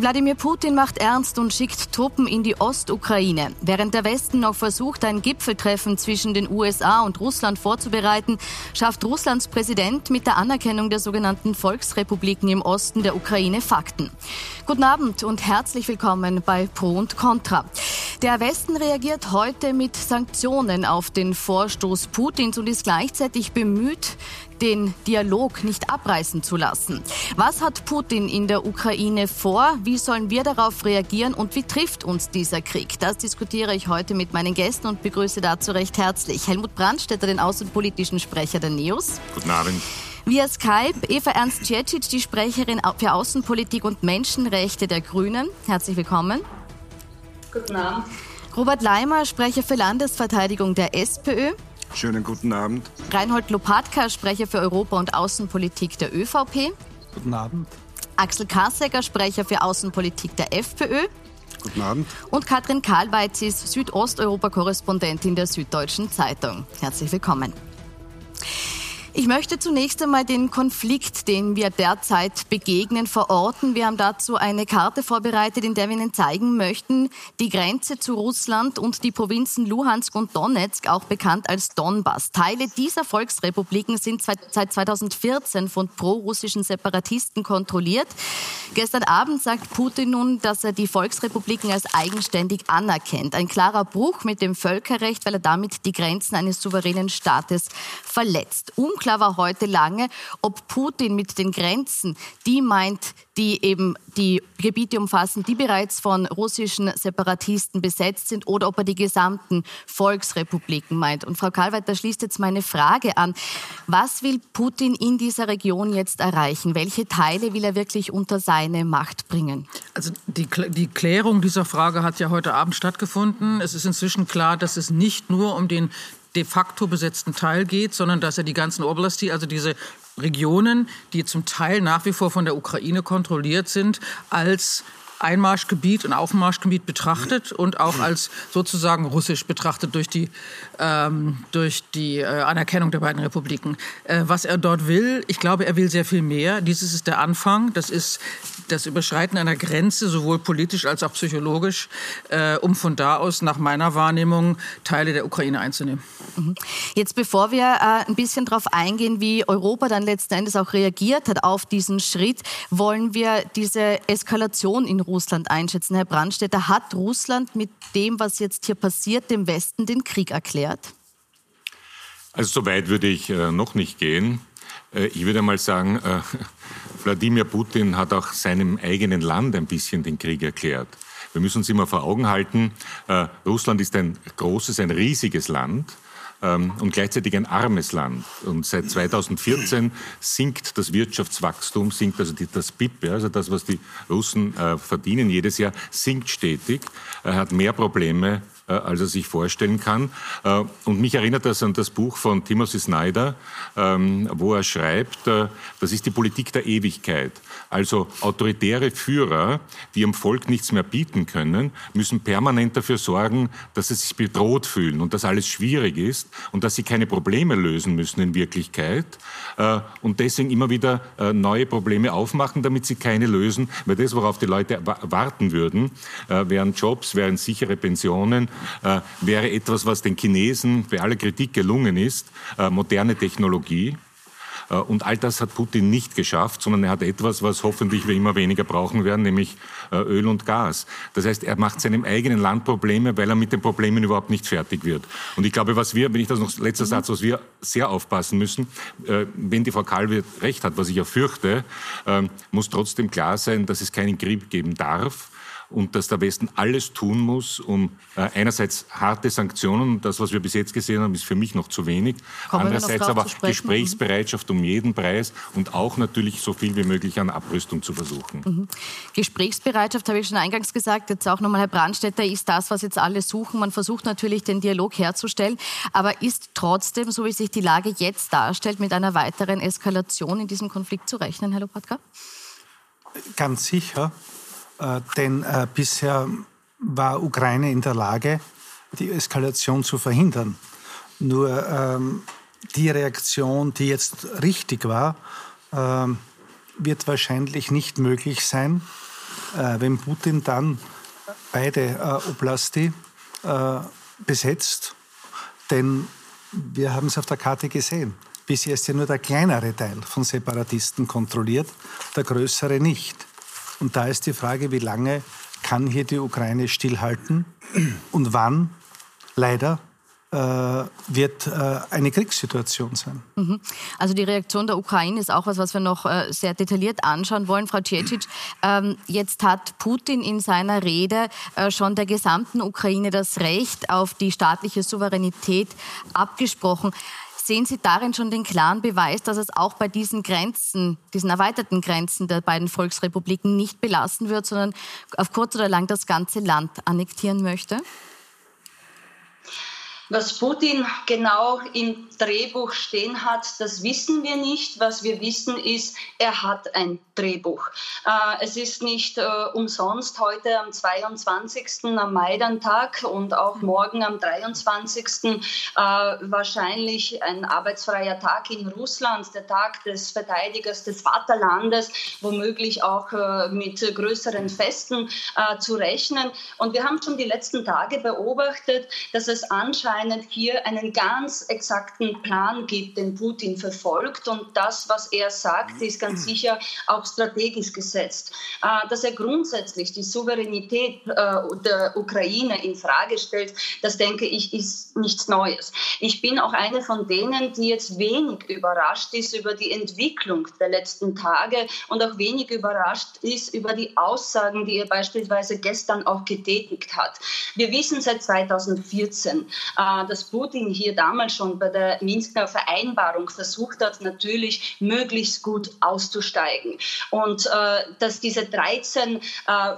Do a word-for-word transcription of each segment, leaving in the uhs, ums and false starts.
Wladimir Putin macht ernst und schickt Truppen in die Ostukraine. Während der Westen noch versucht, ein Gipfeltreffen zwischen den U S A und Russland vorzubereiten, schafft Russlands Präsident mit der Anerkennung der sogenannten Volksrepubliken im Osten der Ukraine Fakten. Guten Abend und herzlich willkommen bei Pro und Contra. Der Westen reagiert heute mit Sanktionen auf den Vorstoß Putins und ist gleichzeitig bemüht, den Dialog nicht abreißen zu lassen. Was hat Putin in der Ukraine vor? Wie sollen wir darauf reagieren und wie trifft uns dieser Krieg? Das diskutiere ich heute mit meinen Gästen und begrüße dazu recht herzlich Helmut Brandstätter, den außenpolitischen Sprecher der NEOS. Guten Abend. Via Skype Eva Ernst-Cicic, die Sprecherin für Außenpolitik und Menschenrechte der Grünen. Herzlich willkommen. Guten Abend. Robert Laimer, Sprecher für Landesverteidigung der SPÖ. Schönen guten Abend. Reinhold Lopatka, Sprecher für Europa- und Außenpolitik der ÖVP. Guten Abend. Axel Kassecker, Sprecher für Außenpolitik der FPÖ. Guten Abend. Und Katrin Kalweitzis, Südosteuropa-Korrespondentin der Süddeutschen Zeitung. Herzlich willkommen. Ich möchte zunächst einmal den Konflikt, den wir derzeit begegnen, verorten. Wir haben dazu eine Karte vorbereitet, in der wir Ihnen zeigen möchten, die Grenze zu Russland und die Provinzen Luhansk und Donetsk, auch bekannt als Donbass. Teile dieser Volksrepubliken sind seit zweitausendvierzehn von pro-russischen Separatisten kontrolliert. Gestern Abend sagt Putin nun, dass er die Volksrepubliken als eigenständig anerkennt. Ein klarer Bruch mit dem Völkerrecht, weil er damit die Grenzen eines souveränen Staates verletzt. Unklar war heute lange, ob Putin mit den Grenzen, die meint, die eben die Gebiete umfassen, die bereits von russischen Separatisten besetzt sind, oder ob er die gesamten Volksrepubliken meint. Und Frau Kalweit, da schließt jetzt meine Frage an. Was will Putin in dieser Region jetzt erreichen? Welche Teile will er wirklich unter seine Macht bringen? Also die, die Klärung dieser Frage hat ja heute Abend stattgefunden. Es ist inzwischen klar, dass es nicht nur um den de facto besetzten Teil geht, sondern dass er die ganzen Oblasti, also diese Regionen, die zum Teil nach wie vor von der Ukraine kontrolliert sind, als Einmarschgebiet und Aufmarschgebiet betrachtet und auch als sozusagen russisch betrachtet durch die, ähm, durch die äh, Anerkennung der beiden Republiken. Äh, was er dort will, ich glaube, er will sehr viel mehr. Dieses ist der Anfang. Das ist das Überschreiten einer Grenze, sowohl politisch als auch psychologisch, äh, um von da aus, nach meiner Wahrnehmung, Teile der Ukraine einzunehmen. Jetzt, bevor wir äh, ein bisschen darauf eingehen, wie Europa dann letzten Endes auch reagiert hat auf diesen Schritt, wollen wir diese Eskalation in Russland einschätzen. Herr Brandstätter, hat Russland mit dem, was jetzt hier passiert, dem Westen den Krieg erklärt? Also so weit würde ich äh, noch nicht gehen. Äh, ich würde mal sagen, äh, Wladimir Putin hat auch seinem eigenen Land ein bisschen den Krieg erklärt. Wir müssen uns immer vor Augen halten, äh, Russland ist ein großes, ein riesiges Land und gleichzeitig ein armes Land. Und seit zweitausendvierzehn sinkt das Wirtschaftswachstum, sinkt also die, das B I P, also das, was die Russen äh, verdienen jedes Jahr, sinkt stetig. Er hat mehr Probleme, äh, als er sich vorstellen kann. Äh, und mich erinnert das an das Buch von Timothy Snyder, ähm, wo er schreibt, äh, das ist die Politik der Ewigkeit. Also autoritäre Führer, die ihrem Volk nichts mehr bieten können, müssen permanent dafür sorgen, dass sie sich bedroht fühlen und dass alles schwierig ist und dass sie keine Probleme lösen müssen in Wirklichkeit äh, und deswegen immer wieder äh, neue Probleme aufmachen, damit sie keine lösen, weil das, worauf die Leute wa- warten würden, äh, wären Jobs, wären sichere Pensionen, äh, wäre etwas, was den Chinesen bei aller Kritik gelungen ist, äh, moderne Technologie. Und all das hat Putin nicht geschafft, sondern er hat etwas, was hoffentlich wir immer weniger brauchen werden, nämlich Öl und Gas. Das heißt, er macht seinem eigenen Land Probleme, weil er mit den Problemen überhaupt nicht fertig wird. Und ich glaube, was wir, wenn ich das noch letzter Satz, was wir sehr aufpassen müssen, wenn die Frau Kalweit recht hat, was ich ja fürchte, muss trotzdem klar sein, dass es keinen Krieg geben darf. Und dass der Westen alles tun muss, um äh, einerseits harte Sanktionen, das, was wir bis jetzt gesehen haben, ist für mich noch zu wenig. Kommen Andererseits aber Gesprächsbereitschaft um jeden Preis und auch natürlich so viel wie möglich an Abrüstung zu versuchen. Mhm. Gesprächsbereitschaft, habe ich schon eingangs gesagt, jetzt auch nochmal Herr Brandstätter, ist das, was jetzt alle suchen. Man versucht natürlich, den Dialog herzustellen, aber ist trotzdem, so wie sich die Lage jetzt darstellt, mit einer weiteren Eskalation in diesem Konflikt zu rechnen, Herr Lopatka? Ganz sicher. Äh, denn äh, bisher war Ukraine in der Lage, die Eskalation zu verhindern. Nur ähm, die Reaktion, die jetzt richtig war, ähm, wird wahrscheinlich nicht möglich sein. Äh, wenn Putin dann beide äh, Oblasti äh, besetzt, denn wir haben es auf der Karte gesehen. Bisher ist ja nur der kleinere Teil von Separatisten kontrolliert, der größere nicht. Und da ist die Frage, wie lange kann hier die Ukraine stillhalten und wann, leider, äh, wird äh, eine Kriegssituation sein. Mhm. Also die Reaktion der Ukraine ist auch was, was wir noch äh, sehr detailliert anschauen wollen. Frau Cvecic, ähm, jetzt hat Putin in seiner Rede äh, schon der gesamten Ukraine das Recht auf die staatliche Souveränität abgesprochen. Sehen Sie darin schon den klaren Beweis, dass es auch bei diesen Grenzen, diesen erweiterten Grenzen der beiden Volksrepubliken nicht belassen wird, sondern auf kurz oder lang das ganze Land annektieren möchte? Was Putin genau im Drehbuch stehen hat, das wissen wir nicht. Was wir wissen ist, er hat ein Drehbuch. Äh, es ist nicht äh, umsonst heute am zweiundzwanzigsten am Maidan-Tag und auch morgen am dreiundzwanzigsten Äh, wahrscheinlich ein arbeitsfreier Tag in Russland, der Tag des Verteidigers des Vaterlandes, womöglich auch äh, mit größeren Festen äh, zu rechnen. Und wir haben schon die letzten Tage beobachtet, dass es anscheinend hier einen ganz exakten Plan gibt, den Putin verfolgt. Und das, was er sagt, ist ganz sicher auch strategisch gesetzt. Äh, dass er grundsätzlich die Souveränität äh, der Ukraine in Frage stellt, das denke ich, ist nichts Neues. Ich bin auch eine von denen, die jetzt wenig überrascht ist über die Entwicklung der letzten Tage und auch wenig überrascht ist über die Aussagen, die er beispielsweise gestern auch getätigt hat. Wir wissen seit zweitausendvierzehn, äh, dass Putin hier damals schon bei der Minsker Vereinbarung versucht hat, natürlich möglichst gut auszusteigen. Und äh, dass diese dreizehn äh,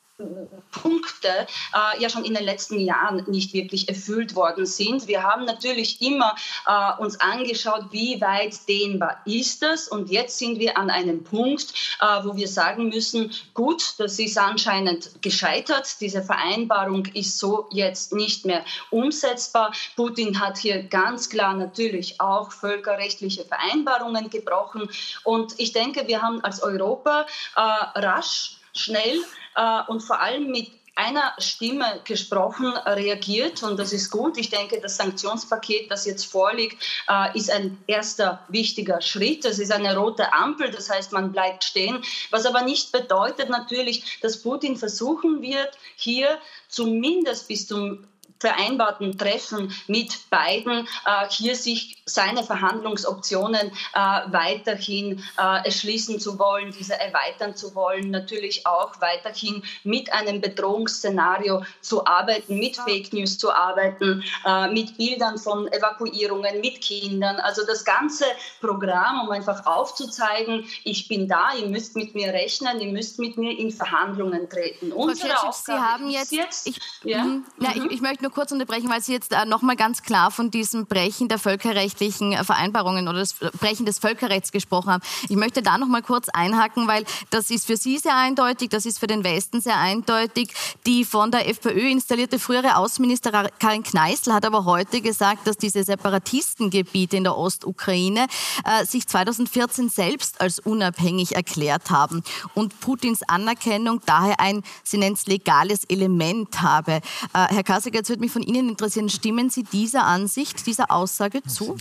Punkte äh, ja schon in den letzten Jahren nicht wirklich erfüllt worden sind. Wir haben natürlich immer äh, uns angeschaut, wie weit dehnbar ist das. Und jetzt sind wir an einem Punkt, äh, wo wir sagen müssen, gut, das ist anscheinend gescheitert. Diese Vereinbarung ist so jetzt nicht mehr umsetzbar. Putin hat hier ganz klar natürlich auch völkerrechtliche Vereinbarungen gebrochen. Und ich denke, wir haben als Europa äh, rasch, schnell äh, und vor allem mit einer Stimme gesprochen, reagiert und das ist gut. Ich denke, das Sanktionspaket, das jetzt vorliegt, äh, ist ein erster wichtiger Schritt. Das ist eine rote Ampel, das heißt, man bleibt stehen, was aber nicht bedeutet natürlich, dass Putin versuchen wird, hier zumindest bis zum vereinbarten Treffen mit beiden, äh, hier sich seine Verhandlungsoptionen äh, weiterhin äh, erschließen zu wollen, diese erweitern zu wollen, natürlich auch weiterhin mit einem Bedrohungsszenario zu arbeiten, mit Fake News zu arbeiten, äh, mit Bildern von Evakuierungen, mit Kindern. Also das ganze Programm, um einfach aufzuzeigen, ich bin da, ihr müsst mit mir rechnen, ihr müsst mit mir in Verhandlungen treten. Unsere Frau Cvecic, Aufgabe Sie haben jetzt, jetzt ich, ja? mhm. Ja, ich, ich möchte nur kurz unterbrechen, weil Sie jetzt äh, noch mal ganz klar von diesem Brechen der völkerrechtlichen äh, Vereinbarungen oder das Brechen des Völkerrechts gesprochen haben. Ich möchte da noch mal kurz einhaken, weil das ist für Sie sehr eindeutig, das ist für den Westen sehr eindeutig. Die von der FPÖ installierte frühere Außenministerin Karin Kneißl hat aber heute gesagt, dass diese Separatistengebiete in der Ostukraine äh, sich zweitausendvierzehn selbst als unabhängig erklärt haben und Putins Anerkennung daher ein, sie nennt es legales Element habe. Äh, Herr Kasek, jetzt würde mich von Ihnen interessieren, stimmen Sie dieser Ansicht, dieser Aussage zu?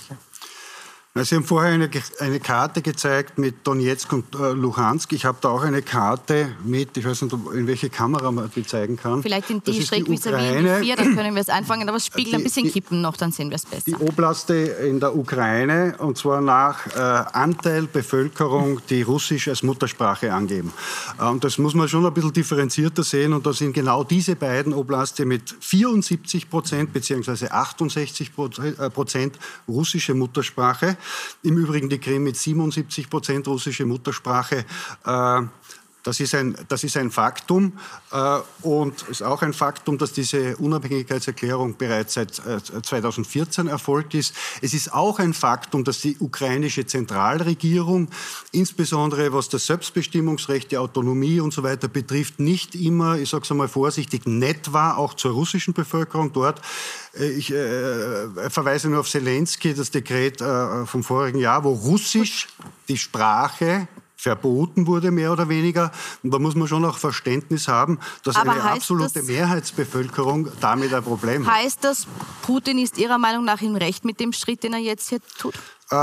Sie haben vorher eine, eine Karte gezeigt mit Donetsk und äh, Luhansk. Ich habe da auch eine Karte mit, ich weiß nicht, in welche Kamera man die zeigen kann. Vielleicht in die schräg vis-à-vis vier, dann können wir es einfangen, aber es spiegelt ein bisschen kippen noch, dann sehen wir es besser. Die Oblaste in der Ukraine, und zwar nach äh, Anteil Bevölkerung, die Russisch als Muttersprache angeben. Äh, und das muss man schon ein bisschen differenzierter sehen. Und da sind genau diese beiden Oblaste mit vierundsiebzig Prozent bzw. achtundsechzig Prozent russische Muttersprache. Im Übrigen die Krim mit siebenundsiebzig Prozent russische Muttersprache. Äh, Das ist ein, das ist ein Faktum äh, und es ist auch ein Faktum, dass diese Unabhängigkeitserklärung bereits seit äh, zweitausendvierzehn erfolgt ist. Es ist auch ein Faktum, dass die ukrainische Zentralregierung, insbesondere was das Selbstbestimmungsrecht, die Autonomie und so weiter betrifft, nicht immer, ich sage es einmal vorsichtig, nett war, auch zur russischen Bevölkerung dort. Äh, ich äh, verweise nur auf Zelensky, das Dekret äh, vom vorigen Jahr, wo Russisch die Sprache verboten wurde, mehr oder weniger. Und da muss man schon auch Verständnis haben, dass Aber eine absolute das, Mehrheitsbevölkerung damit ein Problem hat. Heißt das, Putin ist Ihrer Meinung nach im Recht mit dem Schritt, den er jetzt hier tut?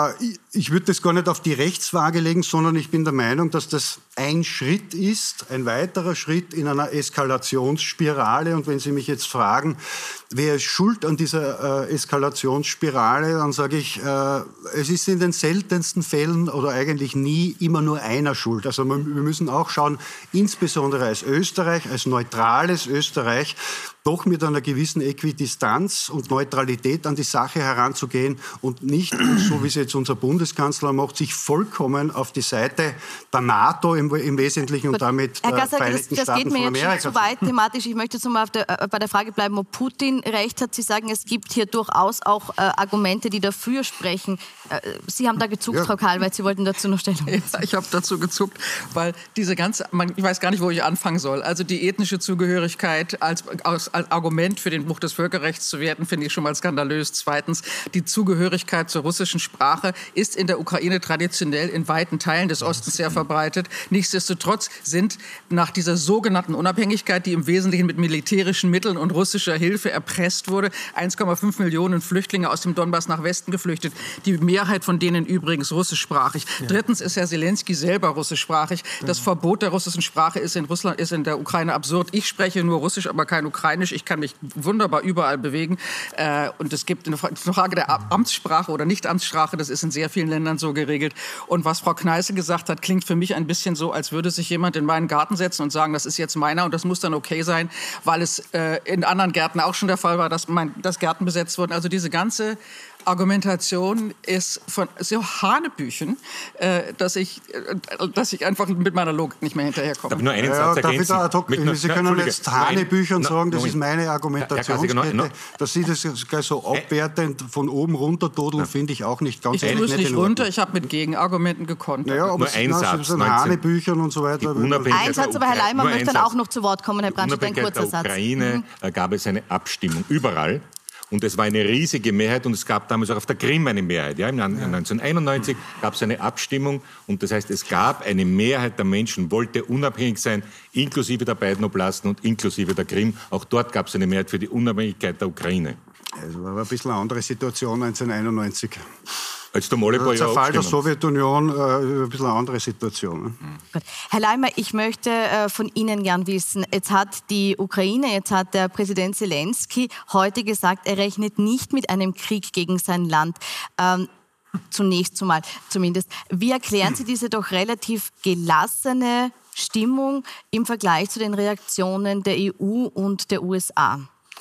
Ich würde das gar nicht auf die Rechtswaage legen, sondern ich bin der Meinung, dass das ein Schritt ist, ein weiterer Schritt in einer Eskalationsspirale. Und wenn Sie mich jetzt fragen, wer ist schuld an dieser äh, Eskalationsspirale, dann sage ich, äh, es ist in den seltensten Fällen oder eigentlich nie immer nur einer schuld. Also wir müssen auch schauen, insbesondere als Österreich, als neutrales Österreich, doch mit einer gewissen Äquidistanz und Neutralität an die Sache heranzugehen und nicht, so wie es jetzt unser Bundeskanzler macht, sich vollkommen auf die Seite der NATO im, im Wesentlichen und damit Herr der Gasak, Vereinigten das, das Staaten geht mir von jetzt Amerika. schon zu weit thematisch. Ich möchte jetzt noch mal auf der, äh, bei der Frage bleiben, ob Putin recht hat. Sie sagen, es gibt hier durchaus auch äh, Argumente, die dafür sprechen. Äh, Sie haben da gezuckt, ja. Frau Kalweit, Sie wollten dazu noch Stellung nehmen. Ja, ich habe dazu gezuckt, weil diese ganze, man, ich weiß gar nicht, wo ich anfangen soll. Also die ethnische Zugehörigkeit als, als, als Argument für den Bruch des Völkerrechts zu werten, finde ich schon mal skandalös. Zweitens, die Zugehörigkeit zur russischen Sprache ist in der Ukraine traditionell in weiten Teilen des Ostens sehr verbreitet. Nichtsdestotrotz sind nach dieser sogenannten Unabhängigkeit, die im Wesentlichen mit militärischen Mitteln und russischer Hilfe erpresst wurde, eins Komma fünf Millionen Flüchtlinge aus dem Donbass nach Westen geflüchtet. Die Mehrheit von denen übrigens russischsprachig. Ja. Drittens ist Herr Zelensky selber russischsprachig. Das ja. Verbot der russischen Sprache ist in Russland, ist in der Ukraine absurd. Ich spreche nur Russisch, aber kein Ukrainisch. Ich kann mich wunderbar überall bewegen. Äh, und es gibt eine Frage der Amtssprache oder Nicht-Amtssprache. Das ist in sehr vielen Ländern so geregelt. Und was Frau Kneißl gesagt hat, klingt für mich ein bisschen so, als würde sich jemand in meinen Garten setzen und sagen, das ist jetzt meiner und das muss dann okay sein, weil es äh, in anderen Gärten auch schon der Fall war, dass, mein, dass Gärten besetzt wurden. Also diese ganze Argumentation ist von so Hanebüchen, äh, dass, ich, äh, dass ich einfach mit meiner Logik nicht mehr hinterherkomme. Darf ich nur einen ja, Satz darf ich da ad hoc, mit, Sie können jetzt Hanebüchen sagen, das ist meine Argumentationskette. No, no. Dass Sie das gleich so abwertend von oben runter dodeln, finde ich auch nicht ganz Ich tue es nicht runter, ich habe mit Gegenargumenten gekontert. Naja, aber nur ein Satz. Hanebüchern und so weiter. Ein Satz, aber Herr Leimer möchte dann auch noch zu Wort kommen, Herr Brandstätter, ein kurzer Satz. In der Ukraine mhm. gab es eine Abstimmung überall. Und es war eine riesige Mehrheit und es gab damals auch auf der Krim eine Mehrheit. Ja, im Jahr neunzehnhunderteinundneunzig gab es eine Abstimmung und das heißt, es gab eine Mehrheit der Menschen, wollte unabhängig sein, inklusive der beiden Oblasten und inklusive der Krim. Auch dort gab es eine Mehrheit für die Unabhängigkeit der Ukraine. Es war ein bisschen eine andere Situation neunzehnhunderteinundneunzig. Als der Zerfall ja der Sowjetunion, äh, ein bisschen eine andere Situation. Ne? Gut. Herr Leimer, ich möchte äh, von Ihnen gern wissen, jetzt hat die Ukraine, jetzt hat der Präsident Zelensky heute gesagt, er rechnet nicht mit einem Krieg gegen sein Land. Ähm, zunächst zumal zumindest. Wie erklären Sie diese doch relativ gelassene Stimmung im Vergleich zu den Reaktionen der E U und der U S A?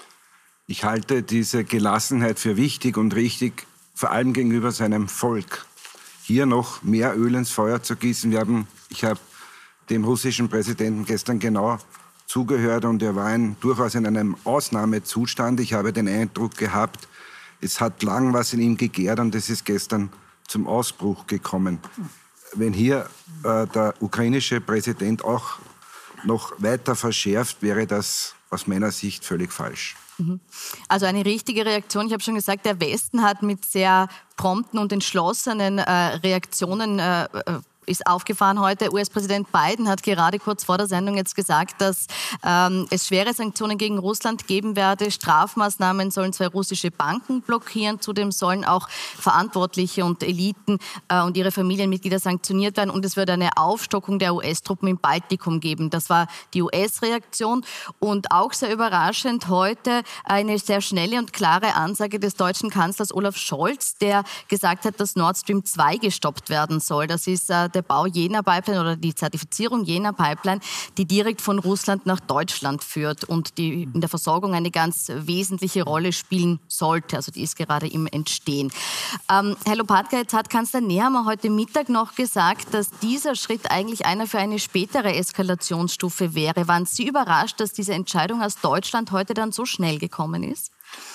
Ich halte diese Gelassenheit für wichtig und richtig, vor allem gegenüber seinem Volk. Hier noch mehr Öl ins Feuer zu gießen. Wir haben, ich habe dem russischen Präsidenten gestern genau zugehört und er war in, durchaus in einem Ausnahmezustand. Ich habe den Eindruck gehabt, es hat lang was in ihm gegärt und es ist gestern zum Ausbruch gekommen. Wenn hier äh, der ukrainische Präsident auch noch weiter verschärft, wäre das aus meiner Sicht völlig falsch. Also eine richtige Reaktion. Ich habe schon gesagt, der Westen hat mit sehr prompten und entschlossenen äh, Reaktionen äh, ist aufgefahren heute. U S-Präsident Biden hat gerade kurz vor der Sendung jetzt gesagt, dass ähm, es schwere Sanktionen gegen Russland geben werde. Strafmaßnahmen sollen zwei russische Banken blockieren. Zudem sollen auch Verantwortliche und Eliten äh, und ihre Familienmitglieder sanktioniert werden. Und es wird eine Aufstockung der U S-Truppen im Baltikum geben. Das war die U S-Reaktion. Und auch sehr überraschend heute eine sehr schnelle und klare Ansage des deutschen Kanzlers Olaf Scholz, der gesagt hat, dass Nord Stream zwei gestoppt werden soll. Das ist äh, der Bau jener Pipeline oder die Zertifizierung jener Pipeline, die direkt von Russland nach Deutschland führt und die in der Versorgung eine ganz wesentliche Rolle spielen sollte. Also die ist gerade im Entstehen. Ähm, Herr Lopatka, jetzt hat Kanzler Nehammer heute Mittag noch gesagt, dass dieser Schritt eigentlich einer für eine spätere Eskalationsstufe wäre. Waren Sie überrascht, dass diese Entscheidung aus Deutschland heute dann so schnell gekommen ist?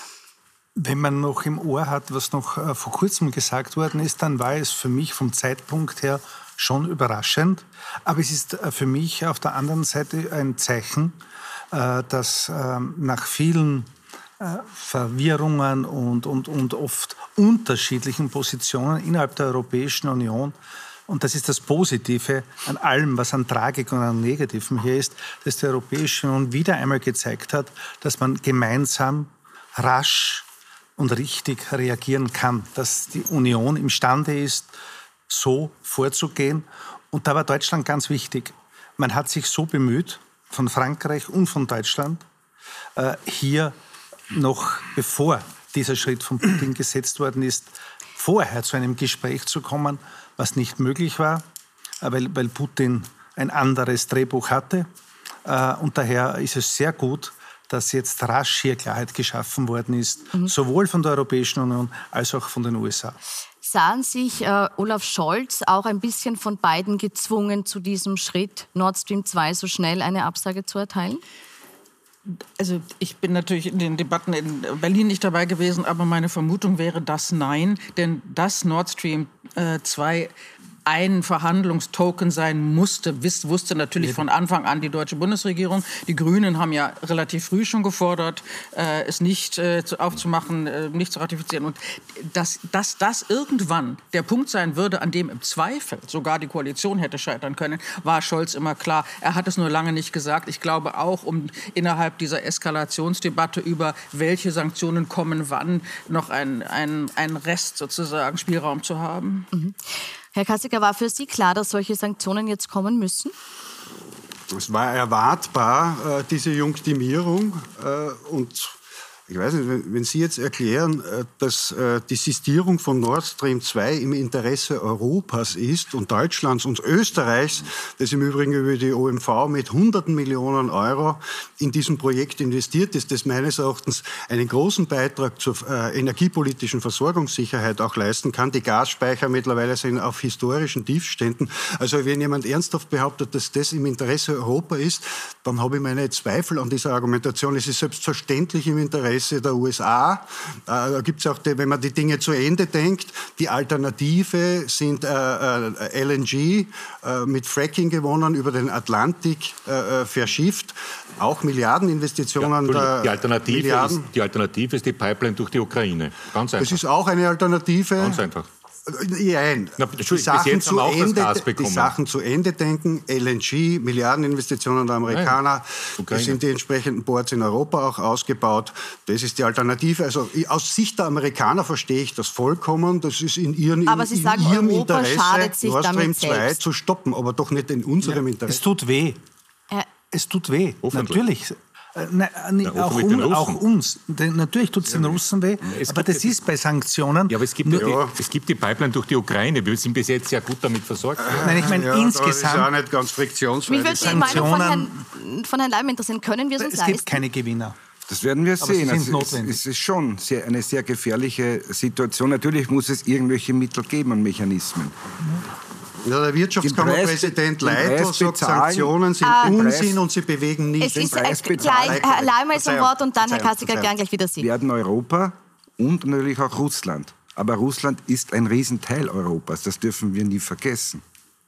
Wenn man noch im Ohr hat, was noch äh, vor kurzem gesagt worden ist, dann war es für mich vom Zeitpunkt her schon überraschend. Aber es ist äh, für mich auf der anderen Seite ein Zeichen, äh, dass äh, nach vielen äh, Verwirrungen und, und, und oft unterschiedlichen Positionen innerhalb der Europäischen Union Und das ist das Positive an allem, was an Tragik und an Negativem hier ist, dass die Europäische Union wieder einmal gezeigt hat, dass man gemeinsam, rasch und richtig reagieren kann. Dass die Union imstande ist, so vorzugehen. Und da war Deutschland ganz wichtig. Man hat sich so bemüht, von Frankreich und von Deutschland, äh, hier noch bevor dieser Schritt von Putin gesetzt worden ist, vorher zu einem Gespräch zu kommen, was nicht möglich war, weil, weil Putin ein anderes Drehbuch hatte. Und daher ist es sehr gut, dass jetzt rasch hier Klarheit geschaffen worden ist, mhm. sowohl von der Europäischen Union als auch von den U S A. Sahen sich äh, Olaf Scholz auch ein bisschen von beiden gezwungen, zu diesem Schritt Nord Stream zwei so schnell eine Absage zu erteilen? Also ich bin natürlich in den Debatten in Berlin nicht dabei gewesen, aber meine Vermutung wäre das nein, denn dass Nord Stream zwei ein Verhandlungstoken sein musste, wusste natürlich von Anfang an die deutsche Bundesregierung. Die Grünen haben ja relativ früh schon gefordert, äh, es nicht äh, aufzumachen, äh, nicht zu ratifizieren. Und dass, dass das irgendwann der Punkt sein würde, an dem im Zweifel sogar die Koalition hätte scheitern können, war Scholz immer klar. Er hat es nur lange nicht gesagt. Ich glaube auch, um innerhalb dieser Eskalationsdebatte über welche Sanktionen kommen wann, noch ein, ein, ein Rest sozusagen Spielraum zu haben. Mhm. Herr Kassiker, war für Sie klar, dass solche Sanktionen jetzt kommen müssen? Es war erwartbar, äh, diese Junktimierung. Äh, und ich weiß nicht, wenn, wenn Sie jetzt erklären, äh, dass äh, die Sistierung von Nord Stream zwei im Interesse Europas ist und Deutschlands und Österreichs, das im Übrigen über die O M V mit hunderten Millionen Euro in diesem Projekt investiert ist, das meines Erachtens einen großen Beitrag zur äh, energiepolitischen Versorgungssicherheit auch leisten kann. Die Gasspeicher mittlerweile sind auf historischen Tiefständen. Also wenn jemand ernsthaft behauptet, dass das im Interesse Europa ist, dann habe ich meine Zweifel an dieser Argumentation. Es ist selbstverständlich im Interesse der U S A. Äh, da gibt es auch, die, wenn man die Dinge zu Ende denkt, die Alternative sind äh, äh, L N G äh, mit Fracking gewonnen, über den Atlantik äh, verschifft. Auch Milliardeninvestitionen. Ja, die, Alternative Milliarden. Ist, die Alternative ist die Pipeline durch die Ukraine. Ganz einfach. Das ist auch eine Alternative. Ganz einfach. Nein, Na, die, Sachen zu Ende, die Sachen zu Ende denken, L N G, Milliardeninvestitionen der Amerikaner, es sind die entsprechenden Ports in Europa auch ausgebaut. Das ist die Alternative. Also aus Sicht der Amerikaner verstehe ich das vollkommen. Das ist in, ihren, aber Sie in sagen, ihrem Europa Interesse, schadet sich Nord Stream damit zwei selbst. zu stoppen, aber doch nicht in unserem ja, Interesse. Es tut weh. Äh, es tut weh, natürlich. Nein, Na, auch, um, auch uns. Denn natürlich tut es den Russen weh, es aber das ist bei Sanktionen... Ja, aber es gibt, ja. Die, es gibt die Pipeline durch die Ukraine. Wir sind bis jetzt sehr gut damit versorgt. Nein, ich meine ja, insgesamt... Das ist auch nicht ganz friktionsfrei. Mich würde die Meinung von Herrn, von Herrn Leim interessieren. Können wir es uns Es leisten? gibt keine Gewinner. Das werden wir Aber sehen. sie sind also es, notwendig. es ist schon sehr, eine sehr gefährliche Situation. Natürlich muss es irgendwelche Mittel geben und Mechanismen. Ja, der Wirtschaftskammerpräsident Leitl sagt, Sanktionen sind Ah, Unsinn und sie bewegen Es nicht. ist äh, Preis gleich, bezahlen. Herr Leimer ist am Wort und dann Herr Verzeihung, Kassiker, Verzeihung. gern gleich wieder Sie. Werden Europa und natürlich auch Russland. Aber Russland ist ein Riesenteil Europas. Das dürfen wir nie vergessen.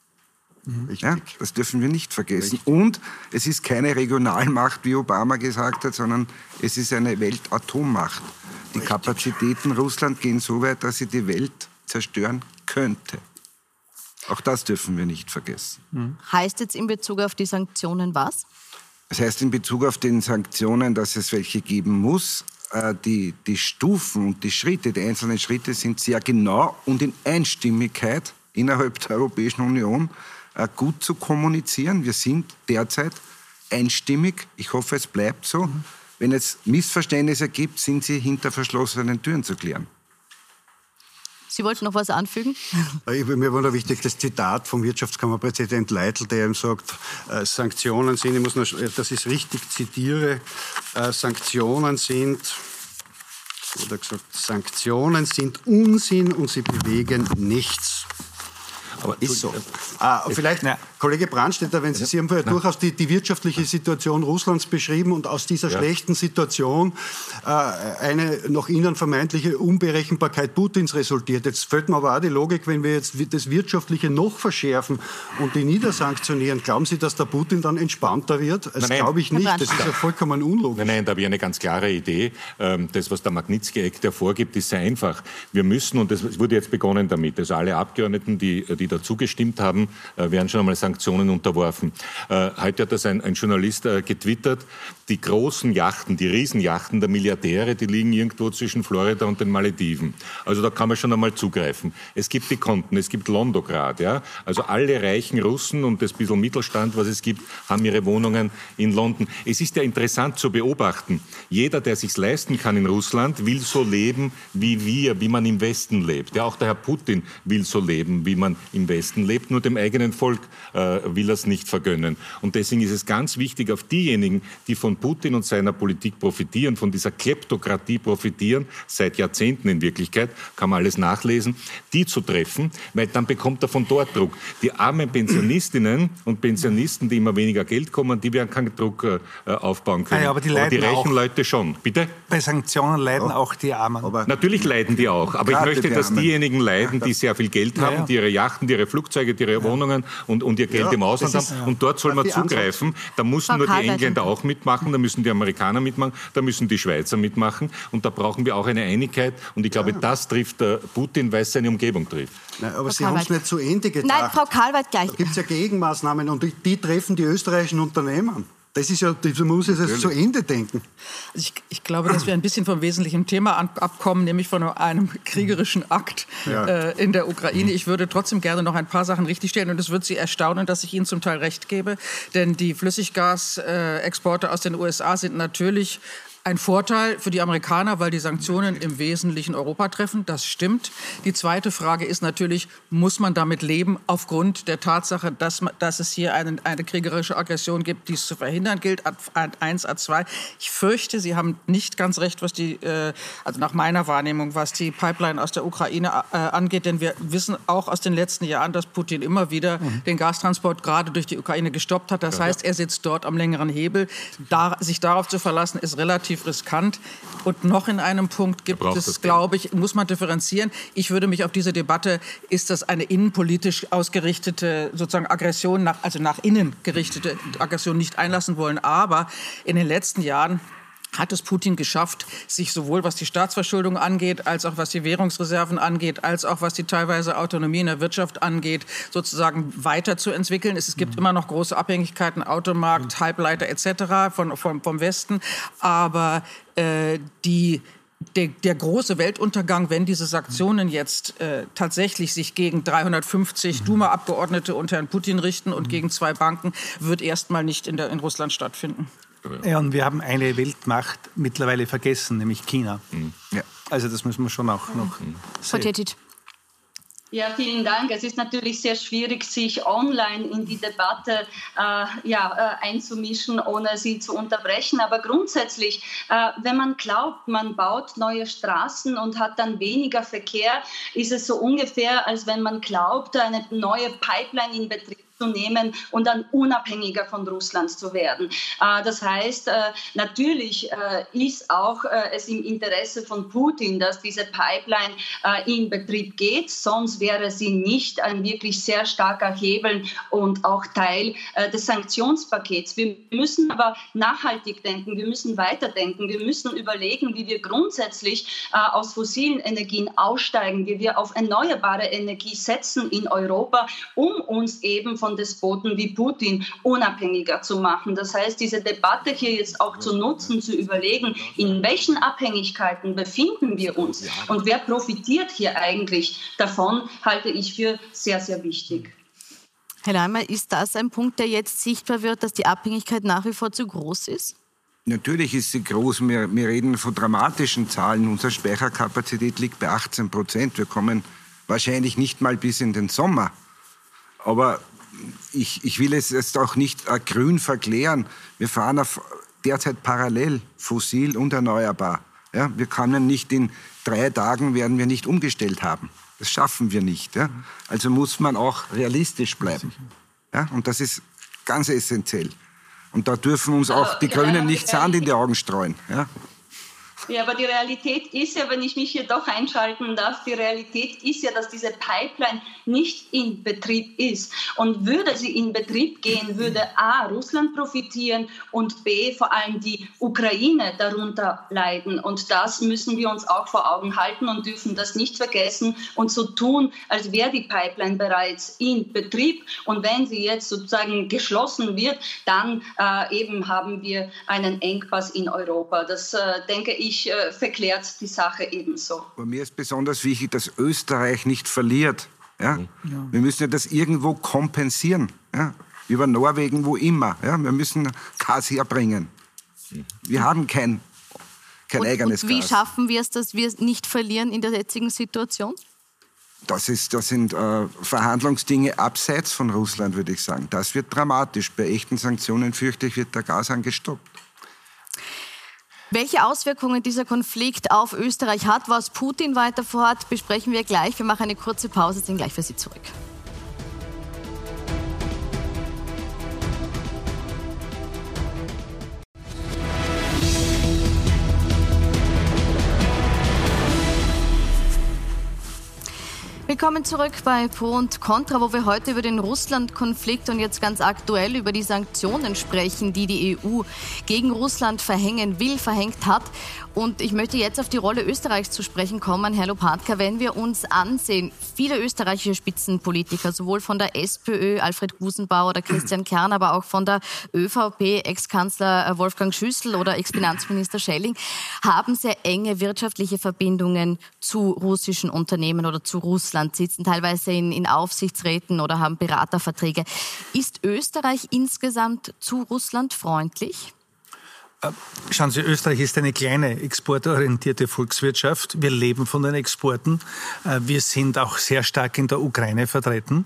Ja, das dürfen wir nicht vergessen. Richtig. Und es ist keine Regionalmacht, wie Obama gesagt hat, sondern es ist eine Weltatommacht. Die Richtig. Kapazitäten Russland gehen so weit, dass sie die Welt zerstören könnte. Auch das dürfen wir nicht vergessen. Mhm. Heißt jetzt in Bezug auf die Sanktionen was? Das heißt in Bezug auf die Sanktionen, dass es welche geben muss. Äh, die, die Stufen und die Schritte, die einzelnen Schritte sind sehr genau und in Einstimmigkeit innerhalb der Europäischen Union äh, gut zu kommunizieren. Wir sind derzeit einstimmig. Ich hoffe, es bleibt so. Mhm. Wenn es Missverständnisse gibt, sind sie hinter verschlossenen Türen zu klären. Sie wollten noch was anfügen? Mir war noch wichtig das Zitat vom Wirtschaftskammerpräsident Leitl, der ihm sagt, äh, Sanktionen sind, ich muss noch, dass ich es richtig zitiere, äh, Sanktionen sind, oder gesagt, Sanktionen sind Unsinn und sie bewegen nichts. Aber ist so. Ah, vielleicht, ja. Kollege Brandstätter, wenn Sie, Sie haben ja durchaus die, die wirtschaftliche Situation Russlands beschrieben und aus dieser ja. schlechten Situation äh, eine nach Ihnen vermeintliche Unberechenbarkeit Putins resultiert. Jetzt fällt mir aber auch die Logik, wenn wir jetzt das Wirtschaftliche noch verschärfen und die niedersanktionieren, glauben Sie, dass der Putin dann entspannter wird? Das glaube ich nicht. Das ist ja vollkommen unlogisch. Nein, nein, da habe ich eine ganz klare Idee. Das, was der Magnitsky-Act vorgibt, ist sehr einfach. Wir müssen, und das wurde jetzt begonnen damit, also alle Abgeordneten, die, die da dazugestimmt haben, äh, werden schon einmal Sanktionen unterworfen. Äh, heute hat das ein, ein Journalist äh, getwittert, die großen Yachten, die Riesenjachten der Milliardäre, die liegen irgendwo zwischen Florida und den Malediven. Also da kann man schon einmal zugreifen. Es gibt die Konten, es gibt Londograd, ja. Also alle reichen Russen und das bisschen Mittelstand, was es gibt, haben ihre Wohnungen in London. Es ist ja interessant zu beobachten. Jeder, der sich's leisten kann in Russland, will so leben wie wir, wie man im Westen lebt. Ja, auch der Herr Putin will so leben, wie man im Westen lebt. Nur dem eigenen Volk äh, will er es nicht vergönnen. Und deswegen ist es ganz wichtig, auf diejenigen, die von Putin und seiner Politik profitieren, von dieser Kleptokratie profitieren, seit Jahrzehnten in Wirklichkeit, kann man alles nachlesen, die zu treffen, weil dann bekommt er von dort Druck. Die armen Pensionistinnen und Pensionisten, die immer weniger Geld kommen, die werden keinen Druck äh, aufbauen können. Ja, aber die, aber die reichen auch. Leute schon. Bitte? Bei Sanktionen leiden ja. auch die Armen. Aber Natürlich leiden die auch, aber ich möchte, dass diejenigen leiden, die sehr viel Geld haben, ja, ja. die ihre Yachten, die ihre Flugzeuge, die ihre ja. Wohnungen und, und ihr Geld ja, im Ausland haben. Ja. Und dort soll man zugreifen. Da müssen nur die Engländer auch mitmachen, da müssen die Amerikaner mitmachen, da müssen die Schweizer mitmachen. Und da brauchen wir auch eine Einigkeit. Und ich glaube, ja. das trifft äh, Putin, weil es seine Umgebung trifft. Nein, aber Frau Sie haben es nicht zu Ende gedacht. Nein, Frau Karlweit gleich. Da gibt es ja Gegenmaßnahmen und die, die treffen die österreichischen Unternehmen. Das ist ja, das muss ich jetzt zu Ende denken. Also ich, ich glaube, dass wir ein bisschen vom wesentlichen Thema an, abkommen, nämlich von einem kriegerischen Akt ja. äh, in der Ukraine. Ich würde trotzdem gerne noch ein paar Sachen richtigstellen und es wird Sie erstaunen, dass ich Ihnen zum Teil recht gebe, denn die Flüssiggasexporte aus den U S A sind natürlich ein Vorteil für die Amerikaner, weil die Sanktionen im Wesentlichen Europa treffen. Das stimmt. Die zweite Frage ist natürlich, muss man damit leben aufgrund der Tatsache, dass, dass es hier eine, eine kriegerische Aggression gibt, die es zu verhindern gilt? Ad eins, Ad zwei. Ich fürchte, Sie haben nicht ganz recht, was die, äh, also nach meiner Wahrnehmung, was die Pipeline aus der Ukraine äh, angeht. Denn wir wissen auch aus den letzten Jahren, dass Putin immer wieder mhm. den Gastransport gerade durch die Ukraine gestoppt hat. Das ja, heißt, er sitzt dort am längeren Hebel. Da, sich darauf zu verlassen, ist relativ riskant. Und noch in einem Punkt gibt es, glaube ich, muss man differenzieren. Ich würde mich auf diese Debatte, ist das eine innenpolitisch ausgerichtete sozusagen Aggression, nach, also nach innen gerichtete Aggression nicht einlassen wollen. Aber in den letzten Jahren hat es Putin geschafft, sich sowohl was die Staatsverschuldung angeht, als auch was die Währungsreserven angeht, als auch was die teilweise Autonomie in der Wirtschaft angeht, sozusagen weiterzuentwickeln. Es gibt mhm. immer noch große Abhängigkeiten, Automarkt, mhm. Halbleiter et cetera von, vom, vom Westen. Aber äh, die Der, der große Weltuntergang, wenn diese Sanktionen jetzt äh, tatsächlich sich gegen dreihundertfünfzig mhm. Duma-Abgeordnete und Herrn Putin richten und mhm. gegen zwei Banken, wird erstmal nicht in, der, in Russland stattfinden. Ja, und wir haben eine Weltmacht mittlerweile vergessen, nämlich China. Mhm. Ja. Also das müssen wir schon auch noch mhm. sehen. Ja, vielen Dank. Es ist natürlich sehr schwierig, sich online in die Debatte äh, ja, äh, einzumischen, ohne sie zu unterbrechen. Aber grundsätzlich, äh, wenn man glaubt, man baut neue Straßen und hat dann weniger Verkehr, ist es so ungefähr, als wenn man glaubt, eine neue Pipeline in Betrieb zu nehmen und dann unabhängiger von Russland zu werden. Das heißt, natürlich ist auch es im Interesse von Putin, dass diese Pipeline in Betrieb geht, sonst wäre sie nicht ein wirklich sehr starker Hebel und auch Teil des Sanktionspakets. Wir müssen aber nachhaltig denken, wir müssen weiterdenken, wir müssen überlegen, wie wir grundsätzlich aus fossilen Energien aussteigen, wie wir auf erneuerbare Energie setzen in Europa, um uns eben von Despoten wie Putin unabhängiger zu machen. Das heißt, diese Debatte hier jetzt auch zu nutzen, zu überlegen, in welchen Abhängigkeiten befinden wir uns und wer profitiert hier eigentlich davon, halte ich für sehr, sehr wichtig. Herr Leimer, ist das ein Punkt, der jetzt sichtbar wird, dass die Abhängigkeit nach wie vor zu groß ist? Natürlich ist sie groß. Wir, wir reden von dramatischen Zahlen. Unsere Speicherkapazität liegt bei achtzehn Prozent. Wir kommen wahrscheinlich nicht mal bis in den Sommer. Aber ich, ich will es jetzt auch nicht äh, grün verklären. Wir fahren auf derzeit parallel, fossil und erneuerbar. Ja, wir können nicht in drei Tagen werden wir nicht umgestellt haben. Das schaffen wir nicht. Ja? Also muss man auch realistisch bleiben. Ja? Und das ist ganz essentiell. Und da dürfen uns auch die Grünen nicht Sand in die Augen streuen. Ja? Ja, aber die Realität ist ja, wenn ich mich hier doch einschalten darf, die Realität ist ja, dass diese Pipeline nicht in Betrieb ist. Und würde sie in Betrieb gehen, würde A, Russland profitieren und B, vor allem die Ukraine darunter leiden. Und das müssen wir uns auch vor Augen halten und dürfen das nicht vergessen und so tun, als wäre die Pipeline bereits in Betrieb. Und wenn sie jetzt sozusagen geschlossen wird, dann äh, eben haben wir einen Engpass in Europa. Das, äh, denke ich, verklärt die Sache ebenso. Bei mir ist besonders wichtig, dass Österreich nicht verliert. Ja? Ja. Wir müssen ja das irgendwo kompensieren. Ja? Über Norwegen, wo immer. Ja? Wir müssen Gas herbringen. Wir haben kein, kein und, eigenes und wie Gas. Wie schaffen wir es, dass wir es nicht verlieren in der jetzigen Situation? Das, ist, das sind äh, Verhandlungsdinge abseits von Russland, würde ich sagen. Das wird dramatisch. Bei echten Sanktionen, fürchte ich, wird der Gashahn gestoppt. Welche Auswirkungen dieser Konflikt auf Österreich hat, was Putin weiter vorhat, besprechen wir gleich. Wir machen eine kurze Pause, sind gleich für Sie zurück. Willkommen zurück bei Pro und Contra, wo wir heute über den Russland-Konflikt und jetzt ganz aktuell über die Sanktionen sprechen, die die E U gegen Russland verhängen will, verhängt hat. Und ich möchte jetzt auf die Rolle Österreichs zu sprechen kommen, Herr Lopatka. Wenn wir uns ansehen, viele österreichische Spitzenpolitiker, sowohl von der SPÖ, Alfred Gusenbauer oder Christian Kern, aber auch von der ÖVP, Ex-Kanzler Wolfgang Schüssel oder Ex-Finanzminister Schelling, haben sehr enge wirtschaftliche Verbindungen zu russischen Unternehmen oder zu Russland, sitzen teilweise in, in Aufsichtsräten oder haben Beraterverträge. Ist Österreich insgesamt zu Russland freundlich? Schauen Sie, Österreich ist eine kleine exportorientierte Volkswirtschaft. Wir leben von den Exporten. Wir sind auch sehr stark in der Ukraine vertreten.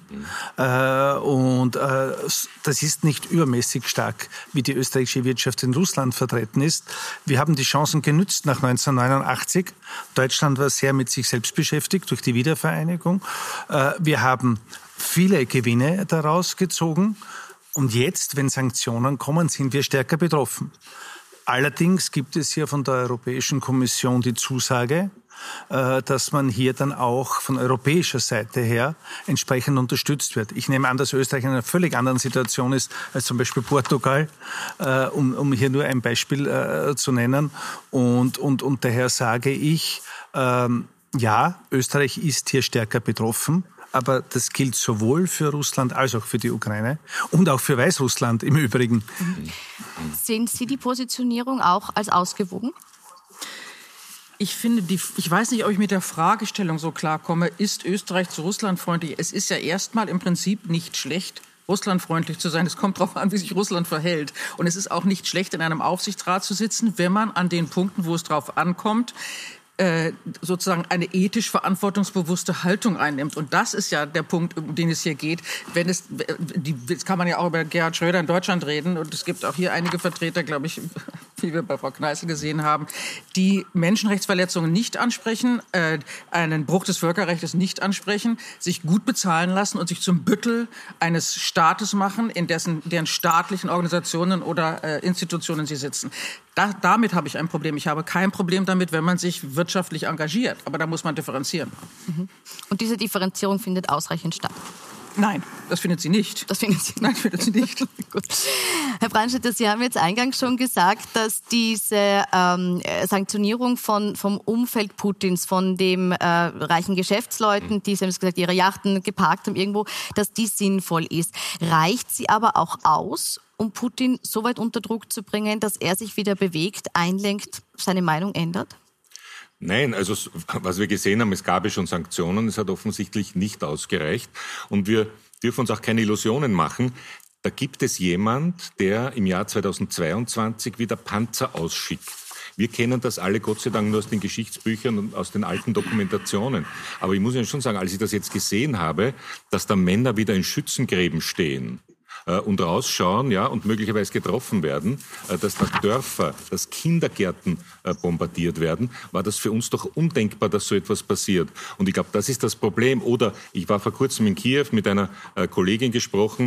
Und das ist nicht übermäßig stark, wie die österreichische Wirtschaft in Russland vertreten ist. Wir haben die Chancen genützt nach neunzehnhundertneunundachtzig. Deutschland war sehr mit sich selbst beschäftigt durch die Wiedervereinigung. Wir haben viele Gewinne daraus gezogen. Und jetzt, wenn Sanktionen kommen, sind wir stärker betroffen. Allerdings gibt es hier von der Europäischen Kommission die Zusage, dass man hier dann auch von europäischer Seite her entsprechend unterstützt wird. Ich nehme an, dass Österreich in einer völlig anderen Situation ist als zum Beispiel Portugal, um, um hier nur ein Beispiel äh, zu nennen. Und, und, und daher sage ich, ähm, ja, Österreich ist hier stärker betroffen. Aber das gilt sowohl für Russland als auch für die Ukraine und auch für Weißrussland im Übrigen. Sehen Sie die Positionierung auch als ausgewogen? Ich finde, die, ich weiß nicht, ob ich mit der Fragestellung so klarkomme, ist Österreich zu Russland freundlich? Es ist ja erstmal im Prinzip nicht schlecht, russlandfreundlich zu sein. Es kommt darauf an, wie sich Russland verhält. Und es ist auch nicht schlecht, in einem Aufsichtsrat zu sitzen, wenn man an den Punkten, wo es drauf ankommt, sozusagen eine ethisch verantwortungsbewusste Haltung einnimmt. Und das ist ja der Punkt, um den es hier geht. Wenn es, die, jetzt kann man ja auch über Gerhard Schröder in Deutschland reden. Und es gibt auch hier einige Vertreter, glaube ich, wie wir bei Frau Kneißl gesehen haben, die Menschenrechtsverletzungen nicht ansprechen, äh, einen Bruch des Völkerrechts nicht ansprechen, sich gut bezahlen lassen und sich zum Büttel eines Staates machen, in dessen, deren staatlichen Organisationen oder äh, Institutionen sie sitzen. Da, damit habe ich ein Problem. Ich habe kein Problem damit, wenn man sich wirtschaftlich engagiert. Aber da muss man differenzieren. Mhm. Und diese Differenzierung findet ausreichend statt? Nein, das findet sie nicht. Das findet sie nicht. Nein, findet sie nicht. Gut. Herr Brandstätter, Sie haben jetzt eingangs schon gesagt, dass diese ähm, Sanktionierung von, vom Umfeld Putins, von den äh, reichen Geschäftsleuten, die, Sie haben es gesagt, ihre Yachten geparkt haben irgendwo, dass die sinnvoll ist. Reicht sie aber auch aus, um Putin so weit unter Druck zu bringen, dass er sich wieder bewegt, einlenkt, seine Meinung ändert? Nein, also was wir gesehen haben, es gab ja schon Sanktionen, es hat offensichtlich nicht ausgereicht und wir dürfen uns auch keine Illusionen machen. Da gibt es jemand, der im Jahr zweitausendzweiundzwanzig wieder Panzer ausschickt. Wir kennen das alle Gott sei Dank nur aus den Geschichtsbüchern und aus den alten Dokumentationen. Aber ich muss Ihnen schon sagen, als ich das jetzt gesehen habe, dass da Männer wieder in Schützengräben stehen und rausschauen, ja, und möglicherweise getroffen werden, dass da Dörfer, dass Kindergärten bombardiert werden, war das für uns doch undenkbar, dass so etwas passiert. Und ich glaube, das ist das Problem. Oder ich war vor kurzem in Kiew mit einer Kollegin gesprochen,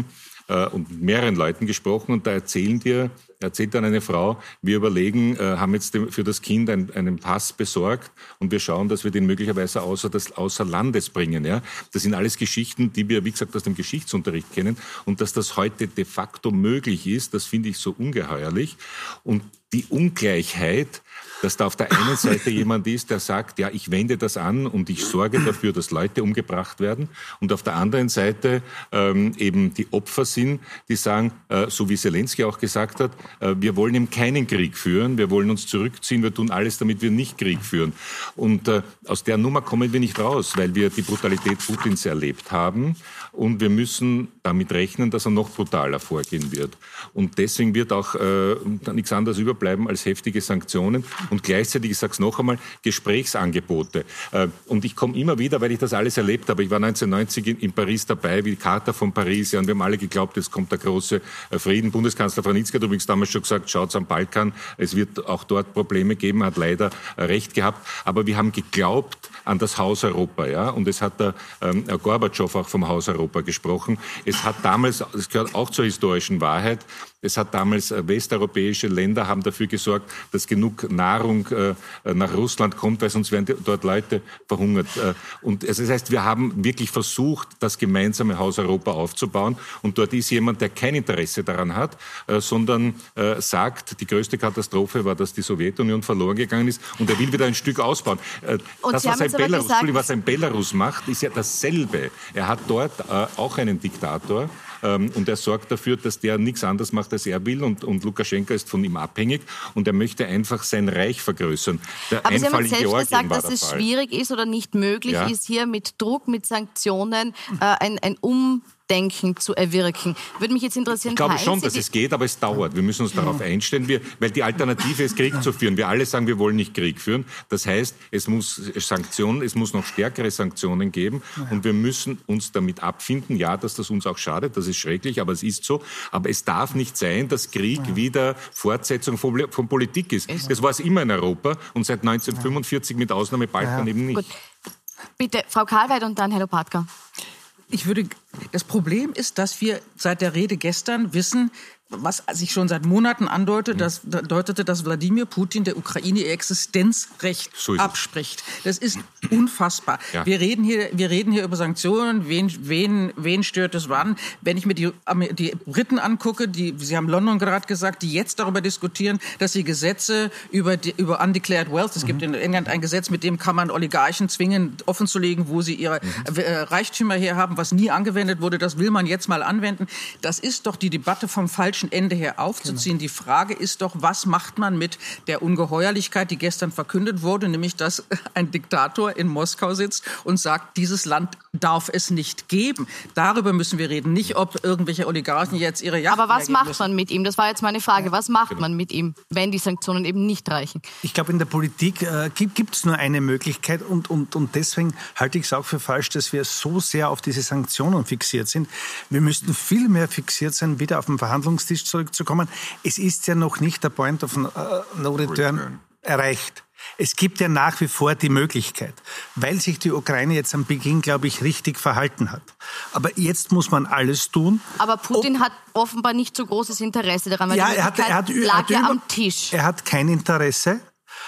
äh, und mit mehreren Leuten gesprochen und da erzählen dir, erzählt dann eine Frau, wir überlegen, äh, haben jetzt dem, für das Kind ein, einen Pass besorgt und wir schauen, dass wir den möglicherweise außer, des, außer Landes bringen. Ja? Das sind alles Geschichten, die wir, wie gesagt, aus dem Geschichtsunterricht kennen und dass das heute de facto möglich ist, das finde ich so ungeheuerlich. Und die Ungleichheit, dass da auf der einen Seite jemand ist, der sagt, ja, ich wende das an und ich sorge dafür, dass Leute umgebracht werden. Und auf der anderen Seite ähm, eben die Opfer sind, die sagen, äh, so wie Zelensky auch gesagt hat, äh, wir wollen eben keinen Krieg führen, wir wollen uns zurückziehen, wir tun alles, damit wir nicht Krieg führen. Und äh, aus der Nummer kommen wir nicht raus, weil wir die Brutalität Putins erlebt haben. Und wir müssen damit rechnen, dass er noch brutaler vorgehen wird. Und deswegen wird auch äh, nichts anderes überbleiben als heftige Sanktionen. Und gleichzeitig, ich sage es noch einmal, Gesprächsangebote. Äh, und ich komme immer wieder, weil ich das alles erlebt habe. Ich war neunzehnhundertneunzig in, in Paris dabei, wie die Charta von Paris. Ja, und wir haben alle geglaubt, es kommt der große äh, Frieden. Bundeskanzler Vranitzky hat übrigens damals schon gesagt, schaut's am Balkan, es wird auch dort Probleme geben, hat leider äh, recht gehabt. Aber wir haben geglaubt an das Haus Europa. Ja? Und es hat der ähm, Gorbatschow auch vom Haus Europa gesprochen. Es hat damals, das gehört auch zur historischen Wahrheit, es hat damals äh, westeuropäische Länder haben dafür gesorgt, dass genug Nahrung äh, nach Russland kommt, weil sonst werden die, dort Leute verhungert. Äh, und also das heißt, wir haben wirklich versucht, das gemeinsame Haus Europa aufzubauen. Und dort ist jemand, der kein Interesse daran hat, äh, sondern äh, sagt, die größte Katastrophe war, dass die Sowjetunion verloren gegangen ist. Und er will wieder ein Stück ausbauen. Äh, das, was ein, Belarus, gesagt, was ein Belarus macht, ist ja dasselbe. Er hat dort äh, auch einen Diktator. Und er sorgt dafür, dass der nichts anderes macht, als er will. Und, und Lukaschenka ist von ihm abhängig. Und er möchte einfach sein Reich vergrößern. Der Aber Einfall Sie haben selbst gesagt, dass es Fall. schwierig ist oder nicht möglich ja. ist, hier mit Druck, mit Sanktionen äh, ein, ein Um Denken zu erwirken. Würde mich jetzt interessieren, ich glaube schon, dass es geht, aber es dauert. Wir müssen uns darauf einstellen, wir, weil die Alternative ist, Krieg zu führen. Wir alle sagen, wir wollen nicht Krieg führen. Das heißt, es muss Sanktionen, es muss noch stärkere Sanktionen geben und wir müssen uns damit abfinden. Ja, dass das uns auch schadet, das ist schrecklich, aber es ist so. Aber es darf nicht sein, dass Krieg wieder Fortsetzung von, von Politik ist. Das war es immer in Europa und seit neunzehnhundertfünfundvierzig mit Ausnahme Balkan ja. eben nicht. Gut. Bitte, Frau Karlweit und dann Herr Lopatka. Ich würde, das Problem ist, dass wir seit der Rede gestern wissen, was sich schon seit Monaten andeutet, dass, deutete, dass Wladimir Putin der Ukraine ihr Existenzrecht so abspricht. Das ist unfassbar. Ja. Wir reden hier, wir reden hier über Sanktionen. Wen, wen, wen stört es wann? Wenn ich mir die, die Briten angucke, die, Sie haben London gerade gesagt, die jetzt darüber diskutieren, dass sie Gesetze über, die, über Undeclared Wealth, es mhm. gibt in England ein Gesetz, mit dem kann man Oligarchen zwingen, offenzulegen, wo sie ihre mhm. Reichtümer herhaben, was nie angewendet wurde. Das will man jetzt mal anwenden. Das ist doch die Debatte vom falschen Ende her aufzuziehen. Genau. Die Frage ist doch, was macht man mit der Ungeheuerlichkeit, die gestern verkündet wurde, nämlich, dass ein Diktator in Moskau sitzt und sagt, dieses Land darf es nicht geben. Darüber müssen wir reden, nicht ob irgendwelche Oligarchen jetzt ihre Yachten Aber was macht müssen. man mit ihm? Das war jetzt meine Frage. Was macht genau. man mit ihm, wenn die Sanktionen eben nicht reichen? Ich glaube, in der Politik äh, gibt es nur eine Möglichkeit und, und, und deswegen halte ich es auch für falsch, dass wir so sehr auf diese Sanktionen fixiert sind. Wir müssten viel mehr fixiert sein, wieder auf dem Verhandlungstisch zurückzukommen. Es ist ja noch nicht der Point of No Return, Return erreicht. Es gibt ja nach wie vor die Möglichkeit, weil sich die Ukraine jetzt am Beginn, glaube ich, richtig verhalten hat. Aber jetzt muss man alles tun. Aber Putin Ob, hat offenbar nicht so großes Interesse daran, weil ja, die er hat, er hat, lag er hat ja über, am Tisch. Er hat kein Interesse,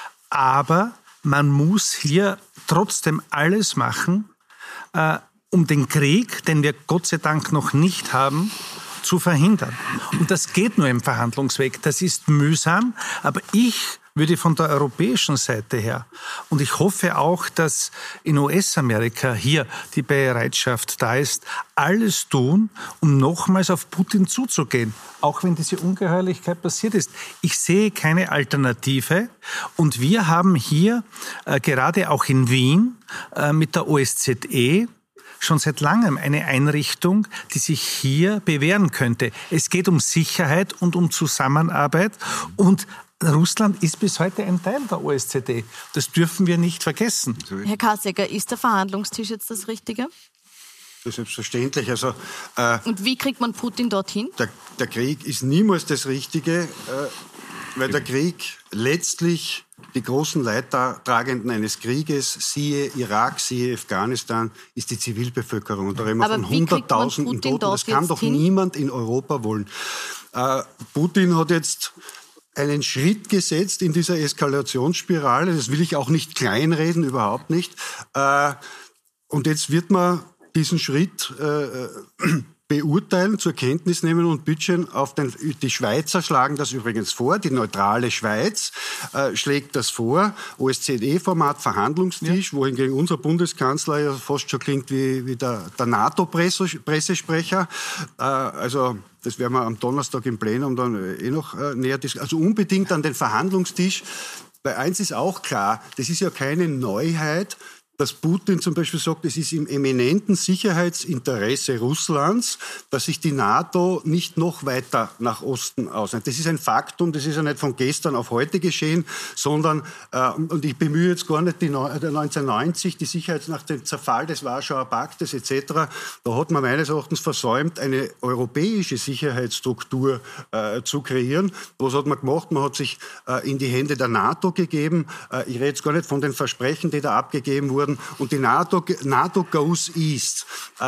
aber man muss hier trotzdem alles machen, äh, um den Krieg, den wir Gott sei Dank noch nicht haben, zu verhindern. Und das geht nur im Verhandlungsweg. Das ist mühsam, aber ich würde von der europäischen Seite her, und ich hoffe auch, dass in U S-Amerika hier die Bereitschaft da ist, alles tun, um nochmals auf Putin zuzugehen, auch wenn diese Ungeheuerlichkeit passiert ist. Ich sehe keine Alternative und wir haben hier äh, gerade auch in Wien äh, mit der O S Z E schon seit langem eine Einrichtung, die sich hier bewähren könnte. Es geht um Sicherheit und um Zusammenarbeit und Russland ist bis heute ein Teil der O S Z E. Das dürfen wir nicht vergessen. Herr Kassecker, ist der Verhandlungstisch jetzt das Richtige? Das ist selbstverständlich. Also, äh, und wie kriegt man Putin dorthin? Der, der Krieg ist niemals das Richtige. Äh, weil der Krieg letztlich die großen Leidtragenden eines Krieges, siehe Irak, siehe Afghanistan, ist die Zivilbevölkerung. Und da reden wir von hunderttausenden Toten. Das kann doch hin? niemand in Europa wollen. Äh, Putin hat jetzt einen Schritt gesetzt in dieser Eskalationsspirale. Das will ich auch nicht kleinreden, überhaupt nicht. Äh, und jetzt wird man diesen Schritt äh, beurteilen, zur Kenntnis nehmen und bütchen auf den, die Schweizer schlagen das übrigens vor, die neutrale Schweiz äh, schlägt das vor, O S Z E-Format, Verhandlungstisch, ja. wohingegen unser Bundeskanzler ja fast schon klingt wie, wie der, der NATO-Pressesprecher. Äh, also das werden wir am Donnerstag im Plenum dann eh noch äh, näher diskutieren. Also unbedingt an den Verhandlungstisch. Bei eins ist auch klar, das ist ja keine Neuheit, dass Putin zum Beispiel sagt, es ist im eminenten Sicherheitsinteresse Russlands, dass sich die NATO nicht noch weiter nach Osten ausnimmt. Das ist ein Faktum, das ist ja nicht von gestern auf heute geschehen, sondern, äh, und ich bemühe jetzt gar nicht die neunzehnhundertneunzig, die Sicherheit nach dem Zerfall des Warschauer Paktes et cetera, da hat man meines Erachtens versäumt, eine europäische Sicherheitsstruktur äh, zu kreieren. Was hat man gemacht? Man hat sich äh, in die Hände der NATO gegeben. Äh, ich rede jetzt gar nicht von den Versprechen, die da abgegeben wurden. Und die NATO, NATO goes east.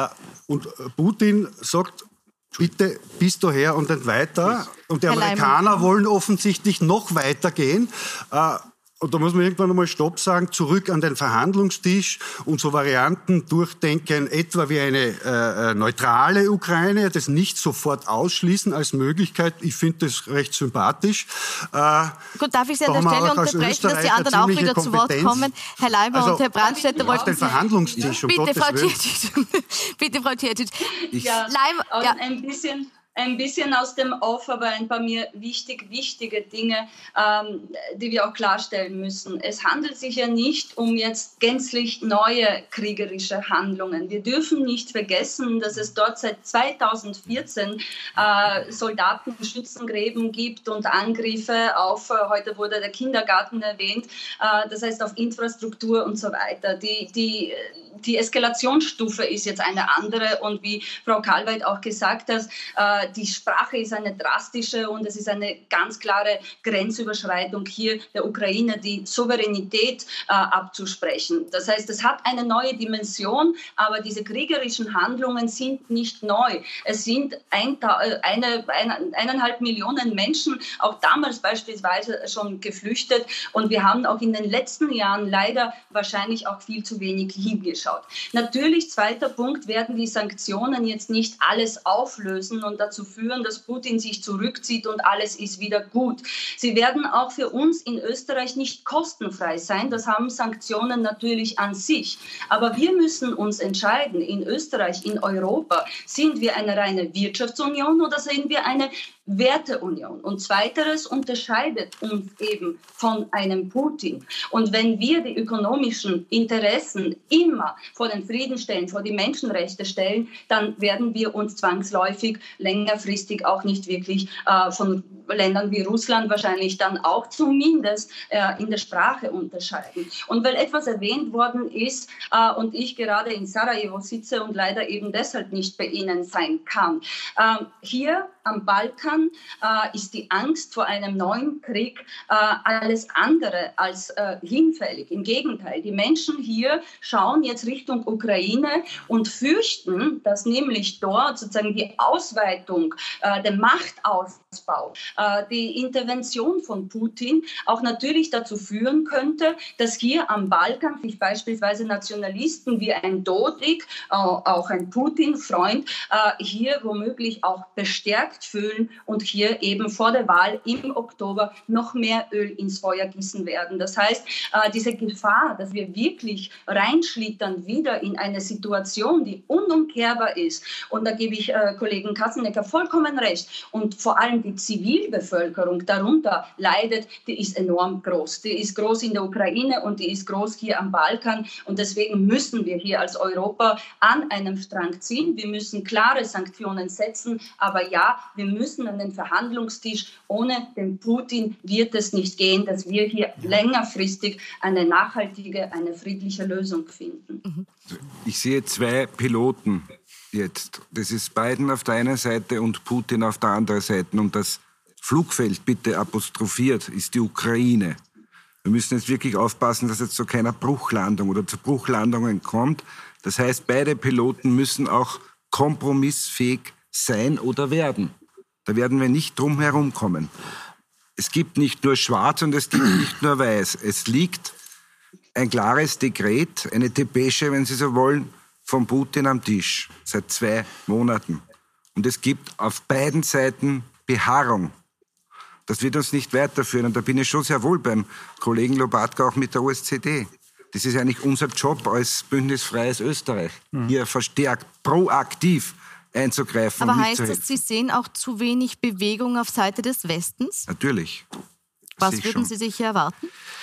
Und Putin sagt, bitte bis daher und nicht weiter. Und die Amerikaner wollen offensichtlich noch weiter gehen. Und da muss man irgendwann einmal Stopp sagen, zurück an den Verhandlungstisch und so Varianten durchdenken, etwa wie eine äh, neutrale Ukraine, das nicht sofort ausschließen als Möglichkeit. Ich finde das recht sympathisch. Äh, Gut, darf ich Sie an der Stelle unterbrechen, dass die anderen auch wieder zu Wort kommen? Herr Leimer also, und Herr Brandstätter wollten den Verhandlungstisch, um bitte, Gottes Frau Willen. Bitte, Frau Tjertitsch. Ja, Leimer, ja. ein bisschen... Ein bisschen aus dem Off, aber ein paar mir wichtig, wichtige Dinge, ähm, die wir auch klarstellen müssen. Es handelt sich ja nicht um jetzt gänzlich neue kriegerische Handlungen. Wir dürfen nicht vergessen, dass es dort seit zweitausendvierzehn äh, Soldaten in Schützengräben gibt und Angriffe auf, äh, heute wurde der Kindergarten erwähnt, äh, das heißt auf Infrastruktur und so weiter. Die, die, die Eskalationsstufe ist jetzt eine andere und wie Frau Kalweit auch gesagt hat, äh, die Sprache ist eine drastische und es ist eine ganz klare Grenzüberschreitung hier der Ukraine, die Souveränität äh, abzusprechen. Das heißt, es hat eine neue Dimension, aber diese kriegerischen Handlungen sind nicht neu. Es sind ein, eine, eine, eineinhalb Millionen Menschen, auch damals beispielsweise schon geflüchtet und wir haben auch in den letzten Jahren leider wahrscheinlich auch viel zu wenig hingeschaut. Natürlich, zweiter Punkt, werden die Sanktionen jetzt nicht alles auflösen und dazu führen, dass Putin sich zurückzieht und alles ist wieder gut. Sie werden auch für uns in Österreich nicht kostenfrei sein. Das haben Sanktionen natürlich an sich. Aber wir müssen uns entscheiden, in Österreich, in Europa, sind wir eine reine Wirtschaftsunion oder sind wir eine Werteunion? Und zweiteres unterscheidet uns eben von einem Putin. Und wenn wir die ökonomischen Interessen immer vor den Frieden stellen, vor die Menschenrechte stellen, dann werden wir uns zwangsläufig längerfristig auch nicht wirklich äh, von Ländern wie Russland wahrscheinlich dann auch zumindest äh, in der Sprache unterscheiden. Und weil etwas erwähnt worden ist äh, und ich gerade in Sarajevo sitze und leider eben deshalb nicht bei Ihnen sein kann. Äh, hier am Balkan äh, ist die Angst vor einem neuen Krieg äh, alles andere als äh, hinfällig. Im Gegenteil, die Menschen hier schauen jetzt Richtung Ukraine und fürchten, dass nämlich dort sozusagen die Ausweitung, äh, der Machtausbau, äh, die Intervention von Putin auch natürlich dazu führen könnte, dass hier am Balkan sich beispielsweise Nationalisten wie ein Dodik, äh, auch ein Putin-Freund, äh, hier womöglich auch bestärkt fühlen und hier eben vor der Wahl im Oktober noch mehr Öl ins Feuer gießen werden. Das heißt, äh, diese Gefahr, dass wir wirklich reinschlittern wieder in eine Situation, die unumkehrbar ist, und da gebe ich äh, Kollegen Kassenecker vollkommen recht, und vor allem die Zivilbevölkerung darunter leidet, die ist enorm groß. Die ist groß in der Ukraine und die ist groß hier am Balkan und deswegen müssen wir hier als Europa an einem Strang ziehen. Wir müssen klare Sanktionen setzen, aber ja, wir müssen an den Verhandlungstisch. Ohne den Putin wird es nicht gehen, dass wir hier längerfristig eine nachhaltige, eine friedliche Lösung finden. Ich sehe zwei Piloten jetzt. Das ist Biden auf der einen Seite und Putin auf der anderen Seite. Um das Flugfeld bitte apostrophiert, ist die Ukraine. Wir müssen jetzt wirklich aufpassen, dass es zu keiner Bruchlandung oder zu Bruchlandungen kommt. Das heißt, beide Piloten müssen auch kompromissfähig sein oder werden. Da werden wir nicht drum herum kommen. Es gibt nicht nur schwarz und es gibt nicht nur weiß. Es liegt ein klares Dekret, eine Depesche, wenn Sie so wollen, von Putin am Tisch, seit zwei Monaten. Und es gibt auf beiden Seiten Beharrung. Das wird uns nicht weiterführen. Und da bin ich schon sehr wohl beim Kollegen Lobatka, auch mit der O S Z E. Das ist eigentlich unser Job als bündnisfreies Österreich, mhm. hier verstärkt, proaktiv einzugreifen. Aber heißt das, Sie sehen auch zu wenig Bewegung auf Seite des Westens? Natürlich. Was würden schon. Sie sich hier erwarten?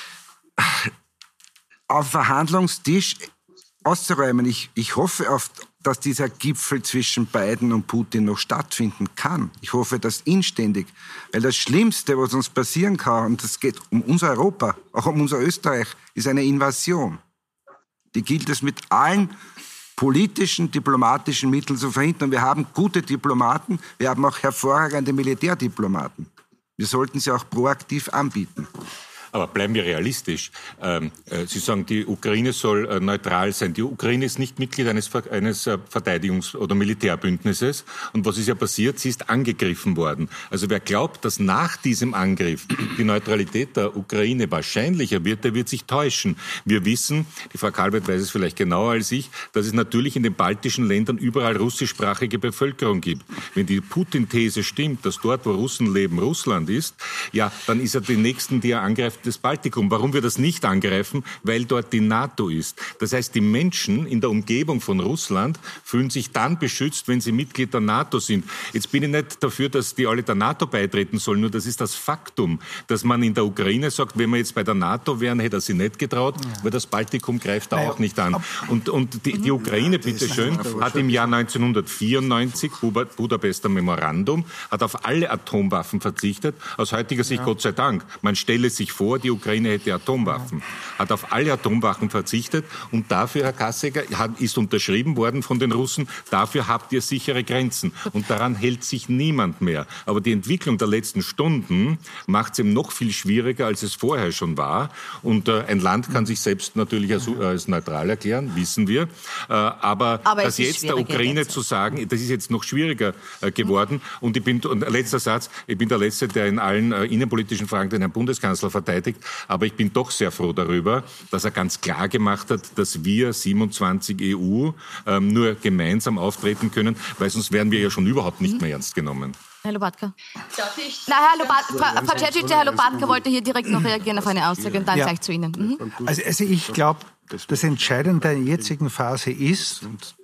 Auf Verhandlungstisch auszuräumen. Ich, ich hoffe auf, dass dieser Gipfel zwischen Biden und Putin noch stattfinden kann. Ich hoffe das inständig. Weil das Schlimmste, was uns passieren kann, und das geht um unser Europa, auch um unser Österreich, ist eine Invasion. Die gilt es mit allen politischen, diplomatischen Mitteln zu verhindern. Wir haben gute Diplomaten, wir haben auch hervorragende Militärdiplomaten. Wir sollten sie auch proaktiv anbieten. Aber bleiben wir realistisch. Ähm, äh, Sie sagen, die Ukraine soll äh, neutral sein. Die Ukraine ist nicht Mitglied eines, eines äh, Verteidigungs- oder Militärbündnisses. Und was ist ja passiert? Sie ist angegriffen worden. Also wer glaubt, dass nach diesem Angriff die Neutralität der Ukraine wahrscheinlicher wird, der wird sich täuschen. Wir wissen, die Frau Kalbert weiß es vielleicht genauer als ich, dass es natürlich in den baltischen Ländern überall russischsprachige Bevölkerung gibt. Wenn die Putin-These stimmt, dass dort, wo Russen leben, Russland ist, ja, dann ist er die Nächsten, die er angreift, das Baltikum. Warum wir das nicht angreifen? Weil dort die NATO ist. Das heißt, die Menschen in der Umgebung von Russland fühlen sich dann beschützt, wenn sie Mitglied der NATO sind. Jetzt bin ich nicht dafür, dass die alle der NATO beitreten sollen, nur das ist das Faktum, dass man in der Ukraine sagt, wenn wir jetzt bei der NATO wären, hätte er sich nicht getraut, ja. weil das Baltikum greift da auch nicht an. Und, und die, die Ukraine, bitteschön, hat im Jahr neunzehnhundertvierundneunzig, Budapester Memorandum, hat auf alle Atomwaffen verzichtet. Aus heutiger Sicht, ja. Gott sei Dank. Man stelle sich vor, die Ukraine hätte Atomwaffen, hat auf alle Atomwaffen verzichtet und dafür, Herr Kassecker, ist unterschrieben worden von den Russen, dafür habt ihr sichere Grenzen. Und daran hält sich niemand mehr. Aber die Entwicklung der letzten Stunden macht es eben noch viel schwieriger, als es vorher schon war. Und äh, ein Land kann sich selbst natürlich als, äh, als neutral erklären, wissen wir. Äh, aber aber das jetzt der Ukraine jetzt. zu sagen, das ist jetzt noch schwieriger äh, geworden. Und ich bin, und letzter Satz, ich bin der Letzte, der in allen äh, innenpolitischen Fragen den Herrn Bundeskanzler verteidigt. Aber ich bin doch sehr froh darüber, dass er ganz klar gemacht hat, dass wir siebenundzwanzig E U ähm, nur gemeinsam auftreten können, weil sonst wären wir ja schon überhaupt nicht mehr ernst genommen. Herr Lobatka. Darf ich? Na, Herr Lobatka, Frau Cecic, Herr Lobatka wollte hier direkt noch reagieren auf eine Aussage und dann ja. gleich zu Ihnen. Mhm. Also, also ich glaube, das Entscheidende in der jetzigen Phase ist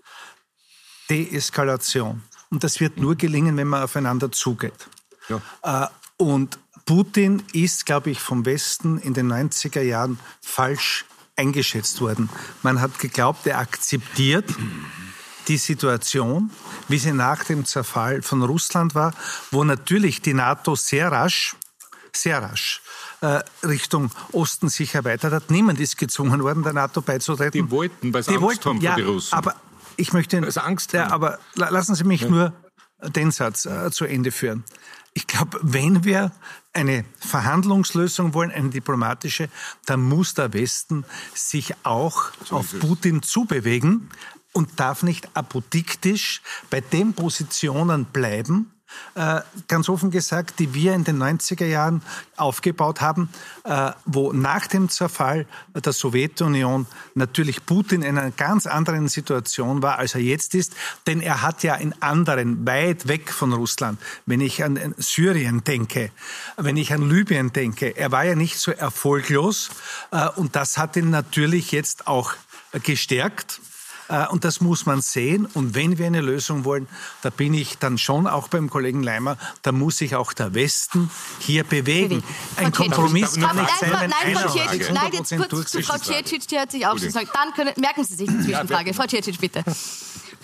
Deeskalation. Und das wird nur gelingen, wenn man aufeinander zugeht. Ja. Äh, und Putin ist, glaube ich, vom Westen in den neunziger Jahren falsch eingeschätzt worden. Man hat geglaubt, er akzeptiert die Situation, wie sie nach dem Zerfall von Russland war, wo natürlich die NATO sehr rasch, sehr rasch äh, Richtung Osten sich erweitert hat. Niemand ist gezwungen worden, der NATO beizutreten. Die wollten, weil sie Angst wollten, haben vor ja, die Russen. Aber ich möchte, weil sie Angst ja, haben. aber lassen Sie mich ja. nur den Satz äh, zu Ende führen. Ich glaube, wenn wir eine Verhandlungslösung wollen, eine diplomatische, dann muss der Westen sich auch so auf Putin zubewegen und darf nicht apodiktisch bei den Positionen bleiben, äh, ganz offen gesagt, die wir in den neunziger Jahren aufgebaut haben, äh, wo nach dem Zerfall der Sowjetunion natürlich Putin in einer ganz anderen Situation war, als er jetzt ist. Denn er hat ja in anderen, weit weg von Russland, wenn ich an Syrien denke, wenn ich an Libyen denke, er war ja nicht so erfolglos. Äh, und das hat ihn natürlich jetzt auch gestärkt. Und das muss man sehen. Und wenn wir eine Lösung wollen, da bin ich dann schon auch beim Kollegen Leimer, da muss sich auch der Westen hier bewegen. Ein Kompromiss kann nicht sein, wenn einer Nein, jetzt kurz zu Frau Cecic, die hat sich auch schon gesagt. Dann können, merken Sie sich die Zwischenfrage. Frau Cecic, bitte.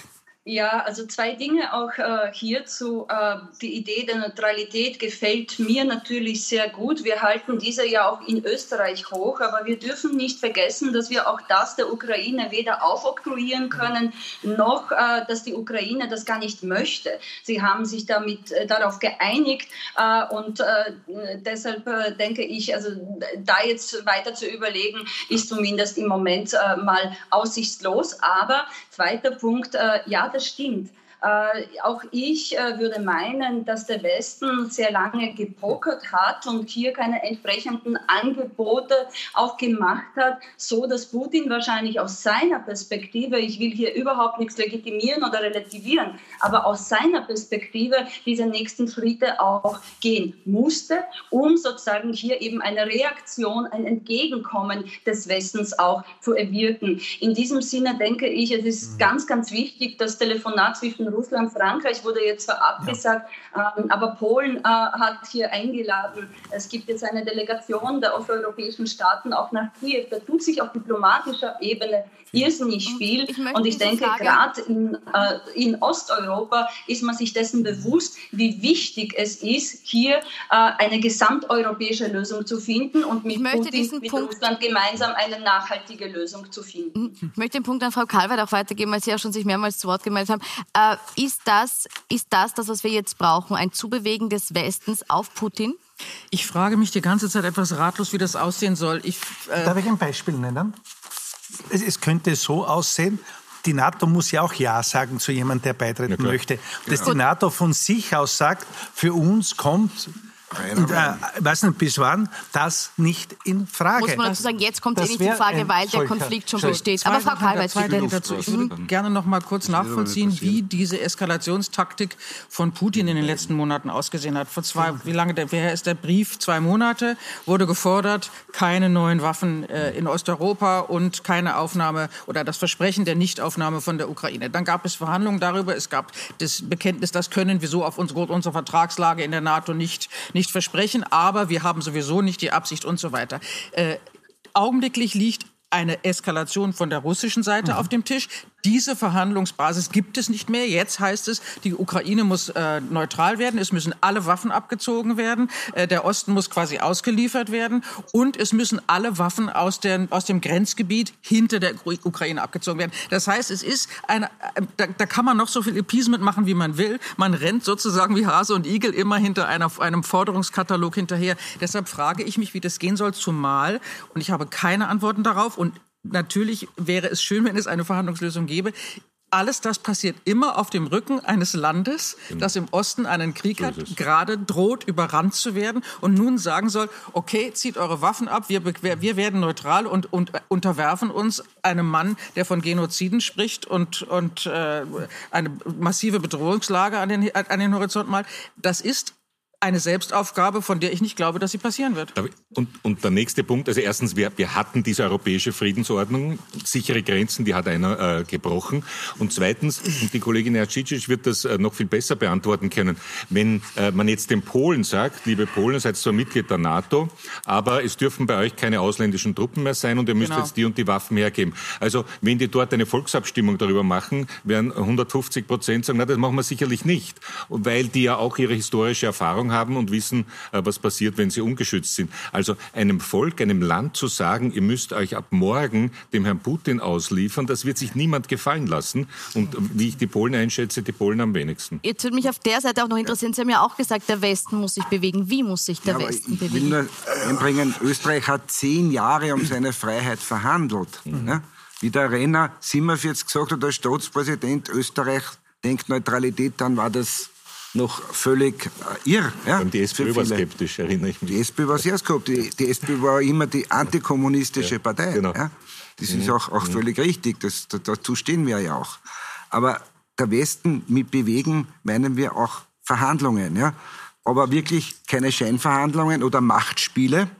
Ja, also zwei Dinge auch äh, hierzu. Äh, die Idee der Neutralität gefällt mir natürlich sehr gut. Wir halten diese ja auch in Österreich hoch, aber wir dürfen nicht vergessen, dass wir auch das der Ukraine weder aufoktroyieren können, noch äh, dass die Ukraine das gar nicht möchte. Sie haben sich damit äh, darauf geeinigt äh, und äh, deshalb äh, denke ich, also da jetzt weiter zu überlegen, ist zumindest im Moment äh, mal aussichtslos. Aber zweiter Punkt, äh, ja, das stimmt. Äh, auch ich äh, würde meinen, dass der Westen sehr lange gepokert hat und hier keine entsprechenden Angebote auch gemacht hat, so dass Putin wahrscheinlich aus seiner Perspektive, ich will hier überhaupt nichts legitimieren oder relativieren, aber aus seiner Perspektive diese nächsten Schritte auch gehen musste, um sozusagen hier eben eine Reaktion, ein Entgegenkommen des Westens auch zu erwirken. In diesem Sinne denke ich, es ist ganz, ganz wichtig, das Telefonat zwischen Russland, Frankreich wurde jetzt zwar abgesagt, ja. ähm, aber Polen äh, hat hier eingeladen. Es gibt jetzt eine Delegation der osteuropäischen Staaten auch nach Kiew. Da tut sich auf diplomatischer Ebene irrsinnig viel. Ich und ich denke, gerade in, äh, in Osteuropa ist man sich dessen bewusst, wie wichtig es ist, hier äh, eine gesamteuropäische Lösung zu finden und mit Putin, mit Punkt Russland gemeinsam eine nachhaltige Lösung zu finden. Ich möchte den Punkt an Frau Kalweit auch weitergeben, weil Sie ja schon sich mehrmals zu Wort gemeldet haben. Äh, Ist das, ist das das, was wir jetzt brauchen, ein Zubewegen des Westens auf Putin? Ich frage mich die ganze Zeit etwas ratlos, wie das aussehen soll. Ich, äh Darf ich ein Beispiel nennen? Es, es könnte so aussehen, die NATO muss ja auch Ja sagen zu jemandem, der beitreten ja, möchte. Dass genau. die NATO von sich aus sagt, für uns kommt... Und, äh, weiß nicht, bis wann, das nicht in Frage. Muss man dazu sagen, jetzt kommt es eh nicht in Frage, weil der Konflikt schon besteht. Aber Frau Kalweit, dazu. Ich würde gerne noch mal kurz nachvollziehen, wie diese Eskalationstaktik von Putin in den letzten Monaten ausgesehen hat. Vor zwei, wie lange der, wer ist der Brief? Zwei Monate wurde gefordert, keine neuen Waffen äh, in Osteuropa und keine Aufnahme oder das Versprechen der Nichtaufnahme von der Ukraine. Dann gab es Verhandlungen darüber. Es gab das Bekenntnis, das können wir so auf unsere, unsere Vertragslage in der NATO nicht nicht versprechen, aber wir haben sowieso nicht die Absicht und so weiter. Äh, augenblicklich liegt eine Eskalation von der russischen Seite mhm. auf dem Tisch. Diese Verhandlungsbasis gibt es nicht mehr. Jetzt heißt es, die Ukraine muss äh, neutral werden. Es müssen alle Waffen abgezogen werden. Äh, der Osten muss quasi ausgeliefert werden. Und es müssen alle Waffen aus, der, aus dem Grenzgebiet hinter der Ukraine abgezogen werden. Das heißt, es ist eine, äh, da, da kann man noch so viel Appeasement machen, wie man will. Man rennt sozusagen wie Hase und Igel immer hinter einer, einem Forderungskatalog hinterher. Deshalb frage ich mich, wie das gehen soll, zumal, und ich habe keine Antworten darauf, und natürlich wäre es schön, wenn es eine Verhandlungslösung gäbe. Alles das passiert immer auf dem Rücken eines Landes, das im Osten einen Krieg hat, gerade droht, überrannt zu werden und nun sagen soll, okay, zieht eure Waffen ab, wir, wir werden neutral und, und unterwerfen uns einem Mann, der von Genoziden spricht und, und äh, eine massive Bedrohungslage an den, an den Horizont malt. Das ist eine Selbstaufgabe, von der ich nicht glaube, dass sie passieren wird. Und, und der nächste Punkt, also erstens, wir, wir hatten diese europäische Friedensordnung, sichere Grenzen, die hat einer äh, gebrochen. Und zweitens, und die Kollegin Jacicic wird das äh, noch viel besser beantworten können, wenn äh, man jetzt den Polen sagt, liebe Polen, ihr seid zwar Mitglied der NATO, aber es dürfen bei euch keine ausländischen Truppen mehr sein und ihr müsst genau. jetzt die und die Waffen hergeben. Also wenn die dort eine Volksabstimmung darüber machen, werden hundertfünfzig Prozent sagen, na, das machen wir sicherlich nicht, weil die ja auch ihre historische Erfahrung haben und wissen, was passiert, wenn sie ungeschützt sind. Also einem Volk, einem Land zu sagen, ihr müsst euch ab morgen dem Herrn Putin ausliefern, das wird sich niemand gefallen lassen. Und wie ich die Polen einschätze, die Polen am wenigsten. Jetzt würde mich auf der Seite auch noch interessieren, Sie haben ja auch gesagt, der Westen muss sich bewegen. Wie muss sich der ja, Westen ich bewegen? Ich will nur einbringen, Österreich hat zehn Jahre um seine Freiheit verhandelt. Mhm. Ja? Wie der Renner siebenundvierzig gesagt hat, der Staatspräsident, Österreich denkt Neutralität, dann war das noch völlig äh, irr. Ja, die SPÖ war skeptisch, erinnere ich mich. Die SPÖ war sehr skeptisch. Die, die SPÖ war immer die antikommunistische ja, Partei. Genau. Ja. Das mhm. ist auch, auch mhm. völlig richtig. Das, dazu stehen wir ja auch. Aber der Westen mit Bewegen meinen wir auch Verhandlungen. Ja. Aber wirklich keine Scheinverhandlungen oder Machtspiele,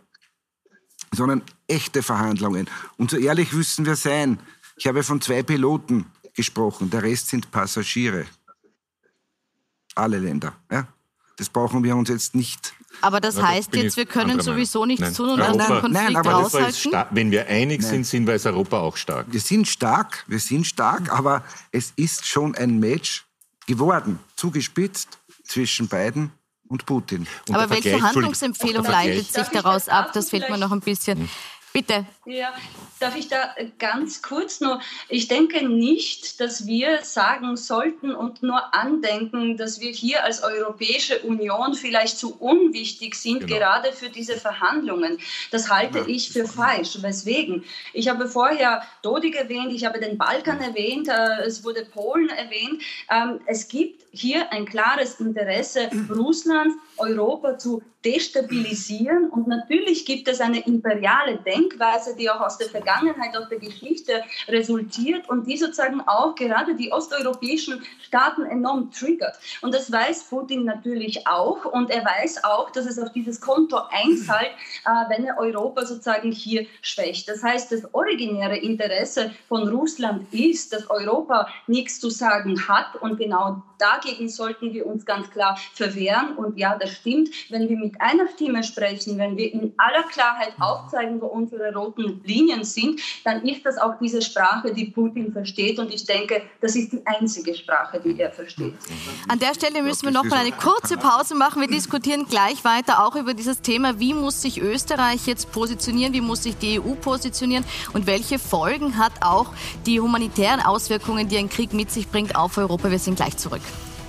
sondern echte Verhandlungen. Und so ehrlich müssen wir sein. Ich habe von zwei Piloten gesprochen. Der Rest sind Passagiere. Alle Länder. Ja? Das brauchen wir uns jetzt nicht Aber das ja, heißt das jetzt, wir können sowieso nichts Nein. tun und Europa, den Konflikt Nein, aber aushalten? Wenn wir einig Nein. sind, sind wir als Europa auch stark. Wir sind stark, wir sind stark, aber es ist schon ein Match geworden, zugespitzt zwischen beiden und Putin. Und aber welche Handlungsempfehlung leitet sich daraus ab? Das fehlt mir noch ein bisschen. Hm. Bitte. Ja, darf ich da ganz kurz nur, ich denke nicht, dass wir sagen sollten und nur andenken, dass wir hier als Europäische Union vielleicht zu unwichtig sind, genau. gerade für diese Verhandlungen. Das halte ich für falsch. Weswegen? Ich habe vorher Dodik erwähnt, ich habe den Balkan erwähnt, es wurde Polen erwähnt. Es gibt hier ein klares Interesse Russlands, Europa zu destabilisieren. Und natürlich gibt es eine imperiale Denkweise, die auch aus der Vergangenheit, aus der Geschichte resultiert und die sozusagen auch gerade die osteuropäischen Staaten enorm triggert. Und das weiß Putin natürlich auch. Und er weiß auch, dass es auf dieses Konto einzahlt, äh, wenn er Europa sozusagen hier schwächt. Das heißt, das originäre Interesse von Russland ist, dass Europa nichts zu sagen hat. Und genau dagegen sollten wir uns ganz klar verwehren. Und ja, das stimmt, wenn wir mit einer Stimme sprechen, wenn wir in aller Klarheit aufzeigen, wo unsere roten Linien sind, dann ist das auch diese Sprache, die Putin versteht. Und ich denke, das ist die einzige Sprache, die er versteht. An der Stelle müssen wir noch mal eine kurze Pause machen. Wir diskutieren gleich weiter auch über dieses Thema, wie muss sich Österreich jetzt positionieren, wie muss sich die E U positionieren und welche Folgen hat auch die humanitären Auswirkungen, die ein Krieg mit sich bringt, auf Europa. Wir sind gleich zurück.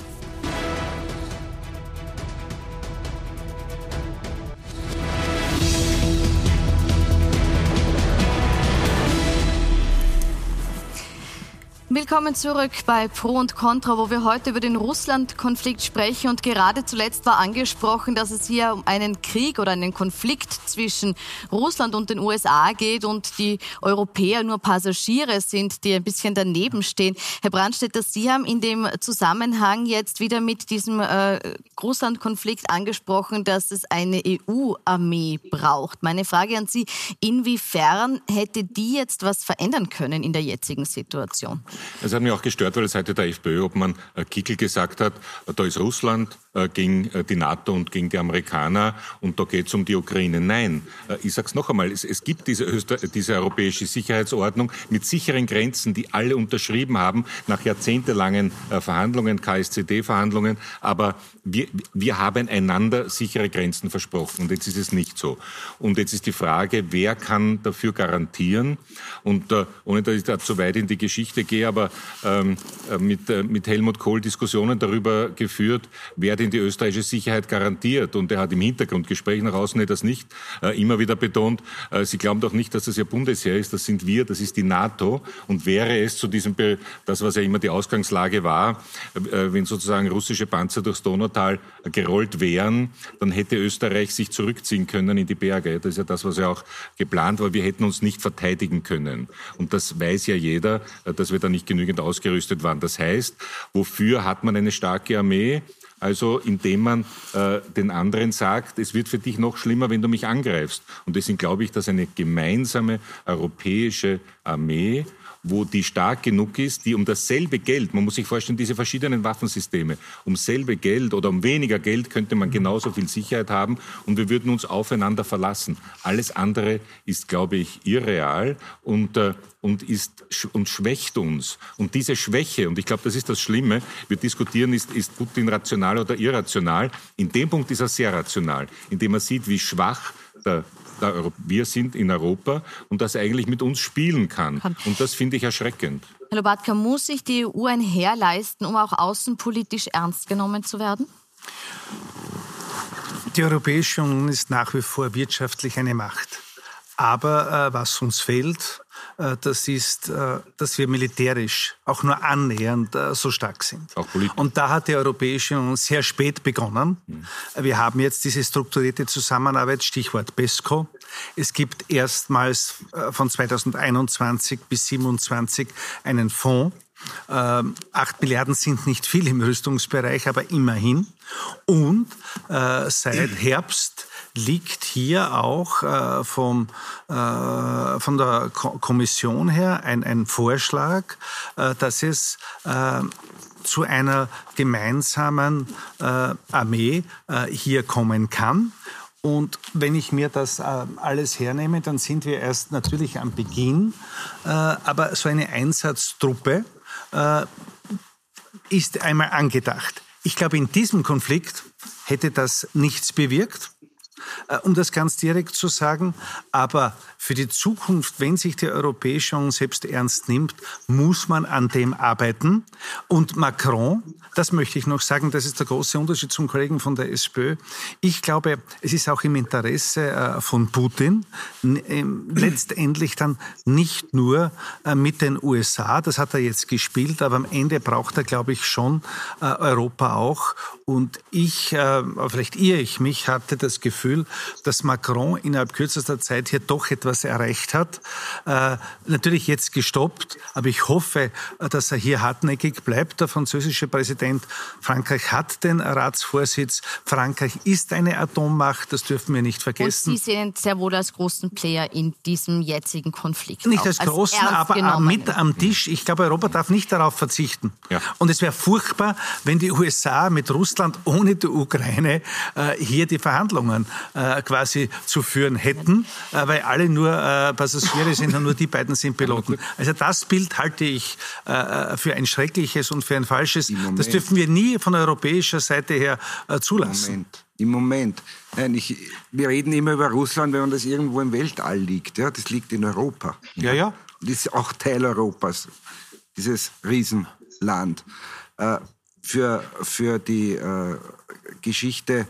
Willkommen zurück bei Pro und Contra, wo wir heute über den Russland-Konflikt sprechen. Und gerade zuletzt war angesprochen, dass es hier um einen Krieg oder einen Konflikt zwischen Russland und den U S A geht und die Europäer nur Passagiere sind, die ein bisschen daneben stehen. Herr Brandstätter, Sie haben in dem Zusammenhang jetzt wieder mit diesem äh, Russland-Konflikt angesprochen, dass es eine E U-Armee braucht. Meine Frage an Sie, inwiefern hätte die jetzt was verändern können in der jetzigen Situation? Es hat mich auch gestört, weil seit der FPÖ-Obmann Kickl gesagt hat, da ist Russland äh, gegen äh, die NATO und gegen die Amerikaner und da geht es um die Ukraine. Nein, äh, ich sage es noch einmal, es, es gibt diese, Öster- diese europäische Sicherheitsordnung mit sicheren Grenzen, die alle unterschrieben haben, nach jahrzehntelangen äh, Verhandlungen, K S C D-Verhandlungen, aber wir, wir haben einander sichere Grenzen versprochen und jetzt ist es nicht so. Und jetzt ist die Frage, wer kann dafür garantieren? Und äh, ohne dass ich da zu weit in die Geschichte gehe, aber ähm, mit, äh, mit Helmut Kohl Diskussionen darüber geführt, wer denn die österreichische Sicherheit garantiert. Und er hat im Hintergrundgespräch nach außen das nicht äh, immer wieder betont. Äh, Sie glauben doch nicht, dass das Ihr Bundesheer ist, das sind wir, das ist die NATO. Und wäre es zu diesem, Be- das was ja immer die Ausgangslage war, äh, wenn sozusagen russische Panzer durchs Donautal äh, gerollt wären, dann hätte Österreich sich zurückziehen können in die Berge. Das ist ja das, was ja auch geplant war. Wir hätten uns nicht verteidigen können. Und das weiß ja jeder, äh, dass wir da nicht genügend ausgerüstet waren. Das heißt, wofür hat man eine starke Armee? Also indem man äh, den anderen sagt, es wird für dich noch schlimmer, wenn du mich angreifst. Und deswegen glaube ich, dass eine gemeinsame europäische Armee, wo die stark genug ist, die um dasselbe Geld, man muss sich vorstellen, diese verschiedenen Waffensysteme, um selbe Geld oder um weniger Geld könnte man genauso viel Sicherheit haben und wir würden uns aufeinander verlassen. Alles andere ist, glaube ich, irreal und, äh, und, ist, und schwächt uns. Und diese Schwäche, und ich glaube, das ist das Schlimme, wir diskutieren, ist, ist Putin rational oder irrational. In dem Punkt ist er sehr rational, indem er sieht, wie schwach der wir sind in Europa und das eigentlich mit uns spielen kann. Und das finde ich erschreckend. Herr Lobatka, muss sich die E U ein Heer leisten, um auch außenpolitisch ernst genommen zu werden? Die Europäische Union ist nach wie vor wirtschaftlich eine Macht. Aber äh, was uns fehlt, äh, das ist, äh, dass wir militärisch auch nur annähernd äh, so stark sind. Auch politisch. Und da hat die Europäische Union sehr spät begonnen. Mhm. Wir haben jetzt diese strukturierte Zusammenarbeit, Stichwort PESCO. Es gibt erstmals äh, von zweitausendeinundzwanzig bis zweitausendsiebenundzwanzig einen Fonds, Ähm, acht Milliarden sind nicht viel im Rüstungsbereich, aber immerhin. Und äh, seit Herbst liegt hier auch äh, vom, äh, von der Ko- Kommission her ein, ein Vorschlag, äh, dass es äh, zu einer gemeinsamen äh, Armee äh, hier kommen kann. Und wenn ich mir das äh, alles hernehme, dann sind wir erst natürlich am Beginn. Äh, aber so eine Einsatztruppe äh, ist einmal angedacht. Ich glaube, in diesem Konflikt hätte das nichts bewirkt, äh, um das ganz direkt zu sagen. Aber für die Zukunft, wenn sich die Europäische Union selbst ernst nimmt, muss man an dem arbeiten. Und Macron, das möchte ich noch sagen, das ist der große Unterschied zum Kollegen von der SPÖ. Ich glaube, es ist auch im Interesse äh, von Putin, n- äh, letztendlich dann nicht nur äh, mit den U S A, das hat er jetzt gespielt, aber am Ende braucht er, glaube ich, schon äh, Europa auch. Und ich, äh, vielleicht irre ich mich, hatte das Gefühl, dass Macron innerhalb kürzester Zeit hier doch etwas erreicht hat. Äh, natürlich jetzt gestoppt, aber ich hoffe, dass er hier hartnäckig bleibt. Der französische Präsident, Frankreich hat den Ratsvorsitz. Frankreich ist eine Atommacht, das dürfen wir nicht vergessen. Und Sie sehen sehr wohl als großen Player in diesem jetzigen Konflikt. Nicht auch, als großen, als aber mit am Tisch. Ich glaube, Europa darf nicht darauf verzichten. Ja. Und es wäre furchtbar, wenn die U S A mit Russland ohne die Ukraine äh, hier die Verhandlungen äh, quasi zu führen hätten, äh, weil alle nur äh, Passagiere sind und nur die beiden sind Piloten. Also das Bild halte ich äh, für ein schreckliches und für ein falsches. Das dürfen wir nie von europäischer Seite her äh, zulassen. Moment. Im Moment. Nein, ich, wir reden immer über Russland, wenn man das irgendwo im Weltall liegt. Ja, das liegt in Europa. Ja, ja. Das ist auch Teil Europas, dieses Riesenland. Äh, für, für die äh, Geschichte,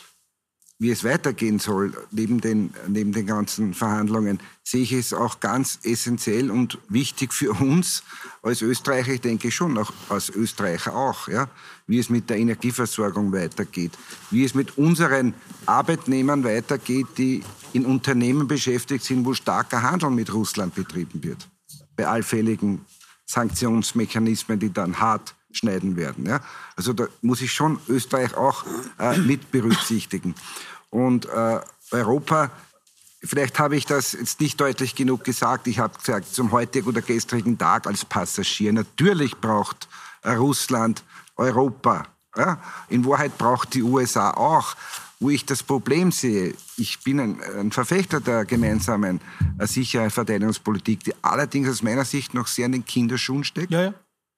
wie es weitergehen soll, neben den, neben den ganzen Verhandlungen, sehe ich es auch ganz essentiell und wichtig für uns als Österreicher, ich denke schon, auch als Österreicher auch, ja, wie es mit der Energieversorgung weitergeht, wie es mit unseren Arbeitnehmern weitergeht, die in Unternehmen beschäftigt sind, wo starker Handel mit Russland betrieben wird, bei allfälligen Sanktionsmechanismen, die dann hart schneiden werden. Ja? Also da muss ich schon Österreich auch äh, mit berücksichtigen. Und äh, Europa, vielleicht habe ich das jetzt nicht deutlich genug gesagt, ich habe gesagt, zum heutigen oder gestrigen Tag als Passagier, natürlich braucht äh, Russland Europa. Ja? In Wahrheit braucht die U S A auch. Wo ich das Problem sehe, ich bin ein, ein Verfechter der gemeinsamen äh, Sicherheits- und Verteidigungspolitik, die allerdings aus meiner Sicht noch sehr in den Kinderschuhen steckt. Ja, ja.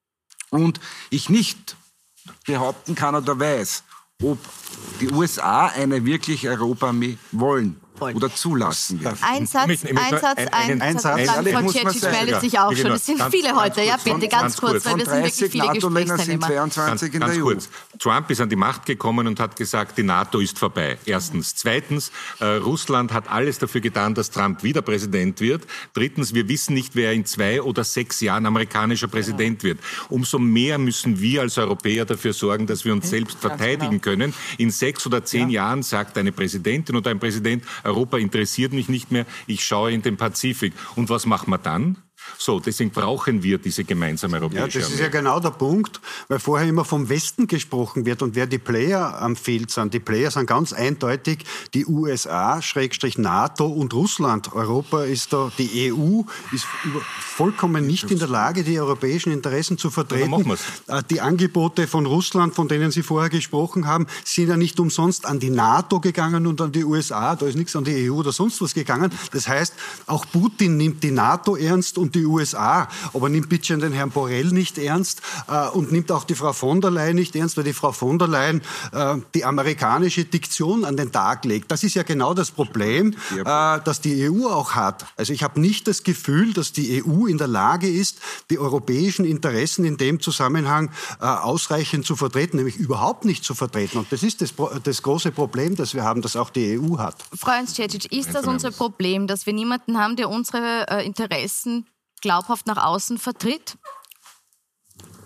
Und ich nicht behaupten kann oder weiß, ob die U S A eine wirkliche Europaarmee wollen oder zulassen werden. Ein Satz, ein Satz, ein, ein Satz. Dann Frau Cecic meldet sich auch schon. Es sind viele heute. Ja, bitte ganz kurz, weil wir sind wirklich viele Gesprächsteilnehmer. zweiundzwanzig in ganz, der ganz E U. kurz. Trump ist an die Macht gekommen und hat gesagt, die NATO ist vorbei. Erstens. Zweitens, äh, Russland hat alles dafür getan, dass Trump wieder Präsident wird. Drittens, wir wissen nicht, wer in zwei oder sechs Jahren amerikanischer Präsident wird. Umso mehr müssen wir als Europäer dafür sorgen, dass wir uns selbst verteidigen können. In sechs oder zehn ja. Jahren sagt eine Präsidentin oder ein Präsident, Europa interessiert mich nicht mehr, ich schaue in den Pazifik. Und was machen wir dann? So, deswegen brauchen wir diese gemeinsame europäische Armee. Ja, das ist ja genau der Punkt, weil vorher immer vom Westen gesprochen wird und wer die Player am Feld sind. Die Player sind ganz eindeutig die U S A, Schrägstrich NATO und Russland. Europa ist da, die E U ist vollkommen nicht in der Lage, die europäischen Interessen zu vertreten. Ja, dann machen wir's. Die Angebote von Russland, von denen Sie vorher gesprochen haben, sind ja nicht umsonst an die NATO gegangen und an die U S A. Da ist nichts an die E U oder sonst was gegangen. Das heißt, auch Putin nimmt die NATO ernst und die U S A, aber nimmt bitte den Herrn Borrell nicht ernst äh, und nimmt auch die Frau von der Leyen nicht ernst, weil die Frau von der Leyen äh, die amerikanische Diktion an den Tag legt. Das ist ja genau das Problem, äh, das die E U auch hat. Also ich habe nicht das Gefühl, dass die E U in der Lage ist, die europäischen Interessen in dem Zusammenhang äh, ausreichend zu vertreten, nämlich überhaupt nicht zu vertreten. Und das ist das, das große Problem, das wir haben, das auch die E U hat. Frau Cecic, ist das unser Problem, dass wir niemanden haben, der unsere äh, Interessen glaubhaft nach außen vertritt?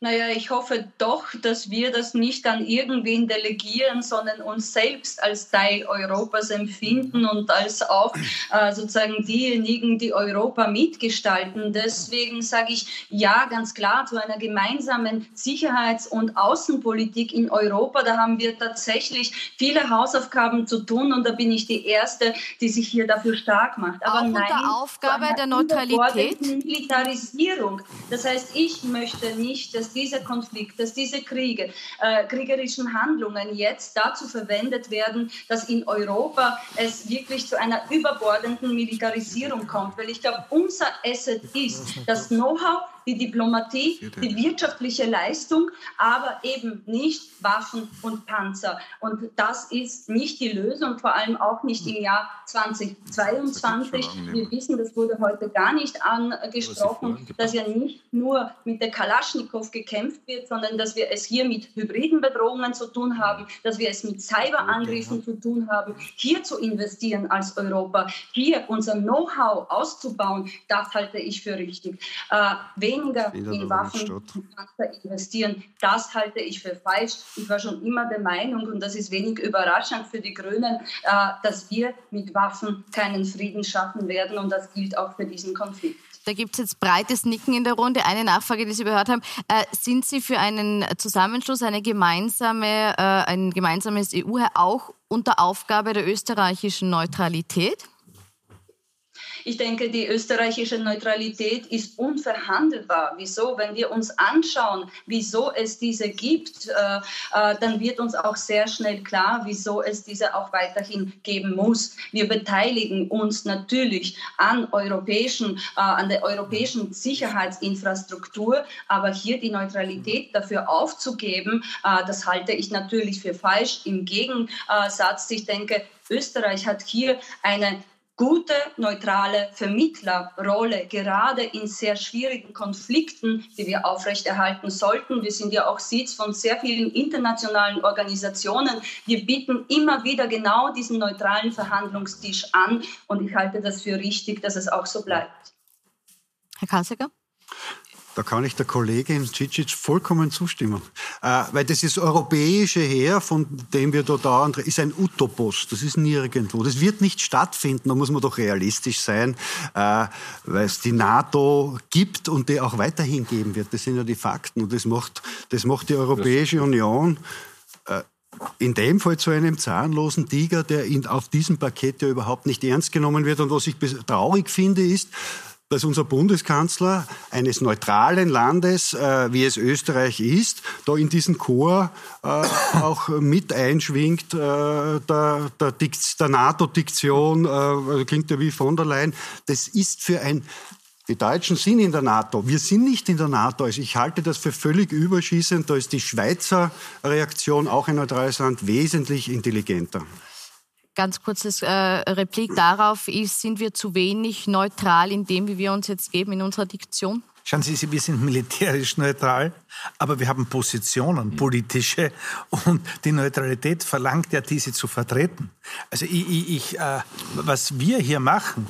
Naja, ich hoffe doch, dass wir das nicht an irgendwen delegieren, sondern uns selbst als Teil Europas empfinden und als auch äh, sozusagen diejenigen, die Europa mitgestalten. Deswegen sage ich ja ganz klar zu einer gemeinsamen Sicherheits- und Außenpolitik in Europa. Da haben wir tatsächlich viele Hausaufgaben zu tun und da bin ich die Erste, die sich hier dafür stark macht. Aber auch nein, unter Aufgabe der Neutralität? Militarisierung. Das heißt, ich möchte nicht, dass dieser Konflikt, dass diese Kriege, äh, kriegerischen Handlungen jetzt dazu verwendet werden, dass in Europa es wirklich zu einer überbordenden Militarisierung kommt. Weil ich glaube, unser Asset ist das Know-how, die Diplomatie, die wirtschaftliche Leistung, aber eben nicht Waffen und Panzer. Und das ist nicht die Lösung, vor allem auch nicht im Jahr zweitausendzweiundzwanzig. Wir wissen, das wurde heute gar nicht angesprochen, dass ja nicht nur mit der Kalaschnikow gekämpft wird, sondern dass wir es hier mit hybriden Bedrohungen zu tun haben, dass wir es mit Cyberangriffen zu tun haben, hier zu investieren als Europa, hier unser Know-how auszubauen, das halte ich für richtig. Äh, weniger in Waffen und Panzer investieren, das halte ich für falsch. Ich war schon immer der Meinung, und das ist wenig überraschend für die Grünen, äh, dass wir mit Waffen keinen Frieden schaffen werden und das gilt auch für diesen Konflikt. Da gibt es jetzt breites Nicken in der Runde. Eine Nachfrage, die Sie gehört haben. Äh, sind Sie für einen Zusammenschluss, eine gemeinsame, äh, ein gemeinsames E U-Heer auch unter Aufgabe der österreichischen Neutralität? Ich denke, die österreichische Neutralität ist unverhandelbar. Wieso? Wenn wir uns anschauen, wieso es diese gibt, äh, äh, dann wird uns auch sehr schnell klar, wieso es diese auch weiterhin geben muss. Wir beteiligen uns natürlich an, europäischen, äh, an der europäischen Sicherheitsinfrastruktur, aber hier die Neutralität dafür aufzugeben, äh, das halte ich natürlich für falsch. Im Gegensatz, ich denke, Österreich hat hier eine gute, neutrale Vermittlerrolle, gerade in sehr schwierigen Konflikten, die wir aufrechterhalten sollten. Wir sind ja auch Sitz von sehr vielen internationalen Organisationen. Wir bieten immer wieder genau diesen neutralen Verhandlungstisch an und ich halte das für richtig, dass es auch so bleibt. Herr Kassecker? Da kann ich der Kollegin Cicic vollkommen zustimmen. Äh, weil das ist europäische Heer, von dem wir da dauernd, ist ein Utopos. Das ist nirgendwo. Das wird nicht stattfinden. Da muss man doch realistisch sein, äh, weil es die NATO gibt und die auch weiterhin geben wird. Das sind ja die Fakten. Und das macht, das macht die Europäische Union äh, in dem Fall zu einem zahnlosen Tiger, der in, auf diesem Paket ja überhaupt nicht ernst genommen wird. Und was ich traurig finde, ist, dass unser Bundeskanzler eines neutralen Landes, äh, wie es Österreich ist, da in diesen Chor äh, auch mit einschwingt, äh, der, der, der NATO-Diktion, äh, klingt ja wie von der Leyen. Das ist für ein... Die Deutschen sind in der NATO, wir sind nicht in der NATO. Also ich halte das für völlig überschießend. Da ist die Schweizer Reaktion, auch ein neutrales Land, wesentlich intelligenter. Ganz kurzes äh, Replik darauf ist, sind wir zu wenig neutral in dem, wie wir uns jetzt geben in unserer Diktion? Schauen Sie, wir sind militärisch neutral, aber wir haben Positionen, politische, und die Neutralität verlangt ja, diese zu vertreten. Also ich, ich, ich, äh, was wir hier machen,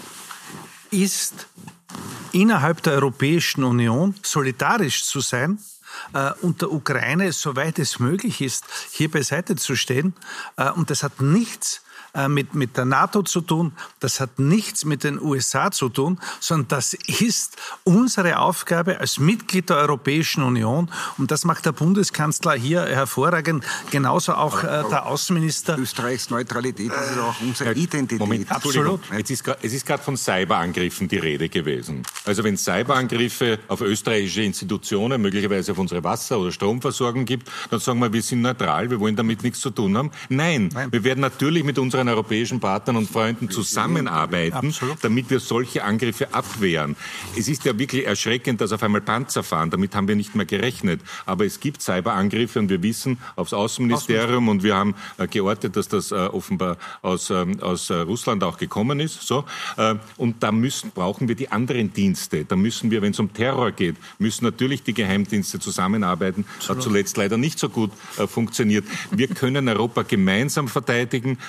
ist innerhalb der Europäischen Union solidarisch zu sein äh, und der Ukraine, soweit es möglich ist, hier beiseite zu stehen. Äh, und das hat nichts Mit, mit der NATO zu tun, das hat nichts mit den U S A zu tun, sondern das ist unsere Aufgabe als Mitglied der Europäischen Union und das macht der Bundeskanzler hier hervorragend, genauso auch äh, der Außenminister. Österreichs Neutralität ist auch unsere Identität. Moment, absolut. Jetzt ist, es ist gerade von Cyberangriffen die Rede gewesen. Also wenn es Cyberangriffe auf österreichische Institutionen, möglicherweise auf unsere Wasser- oder Stromversorgung gibt, dann sagen wir, wir sind neutral, wir wollen damit nichts zu tun haben. Nein, Nein. wir werden natürlich mit unseren europäischen Partnern und Freunden zusammenarbeiten, Absolut. damit wir solche Angriffe abwehren. Es ist ja wirklich erschreckend, dass auf einmal Panzer fahren. Damit haben wir nicht mehr gerechnet. Aber es gibt Cyberangriffe und wir wissen aufs Außenministerium und wir haben äh, geortet, dass das äh, offenbar aus, ähm, aus äh, Russland auch gekommen ist. So. Äh, und da müssen, brauchen wir die anderen Dienste. Da müssen wir, wenn es um Terror geht, müssen natürlich die Geheimdienste zusammenarbeiten. Absolut. Hat zuletzt leider nicht so gut äh, funktioniert. Wir können Europa gemeinsam verteidigen oder wir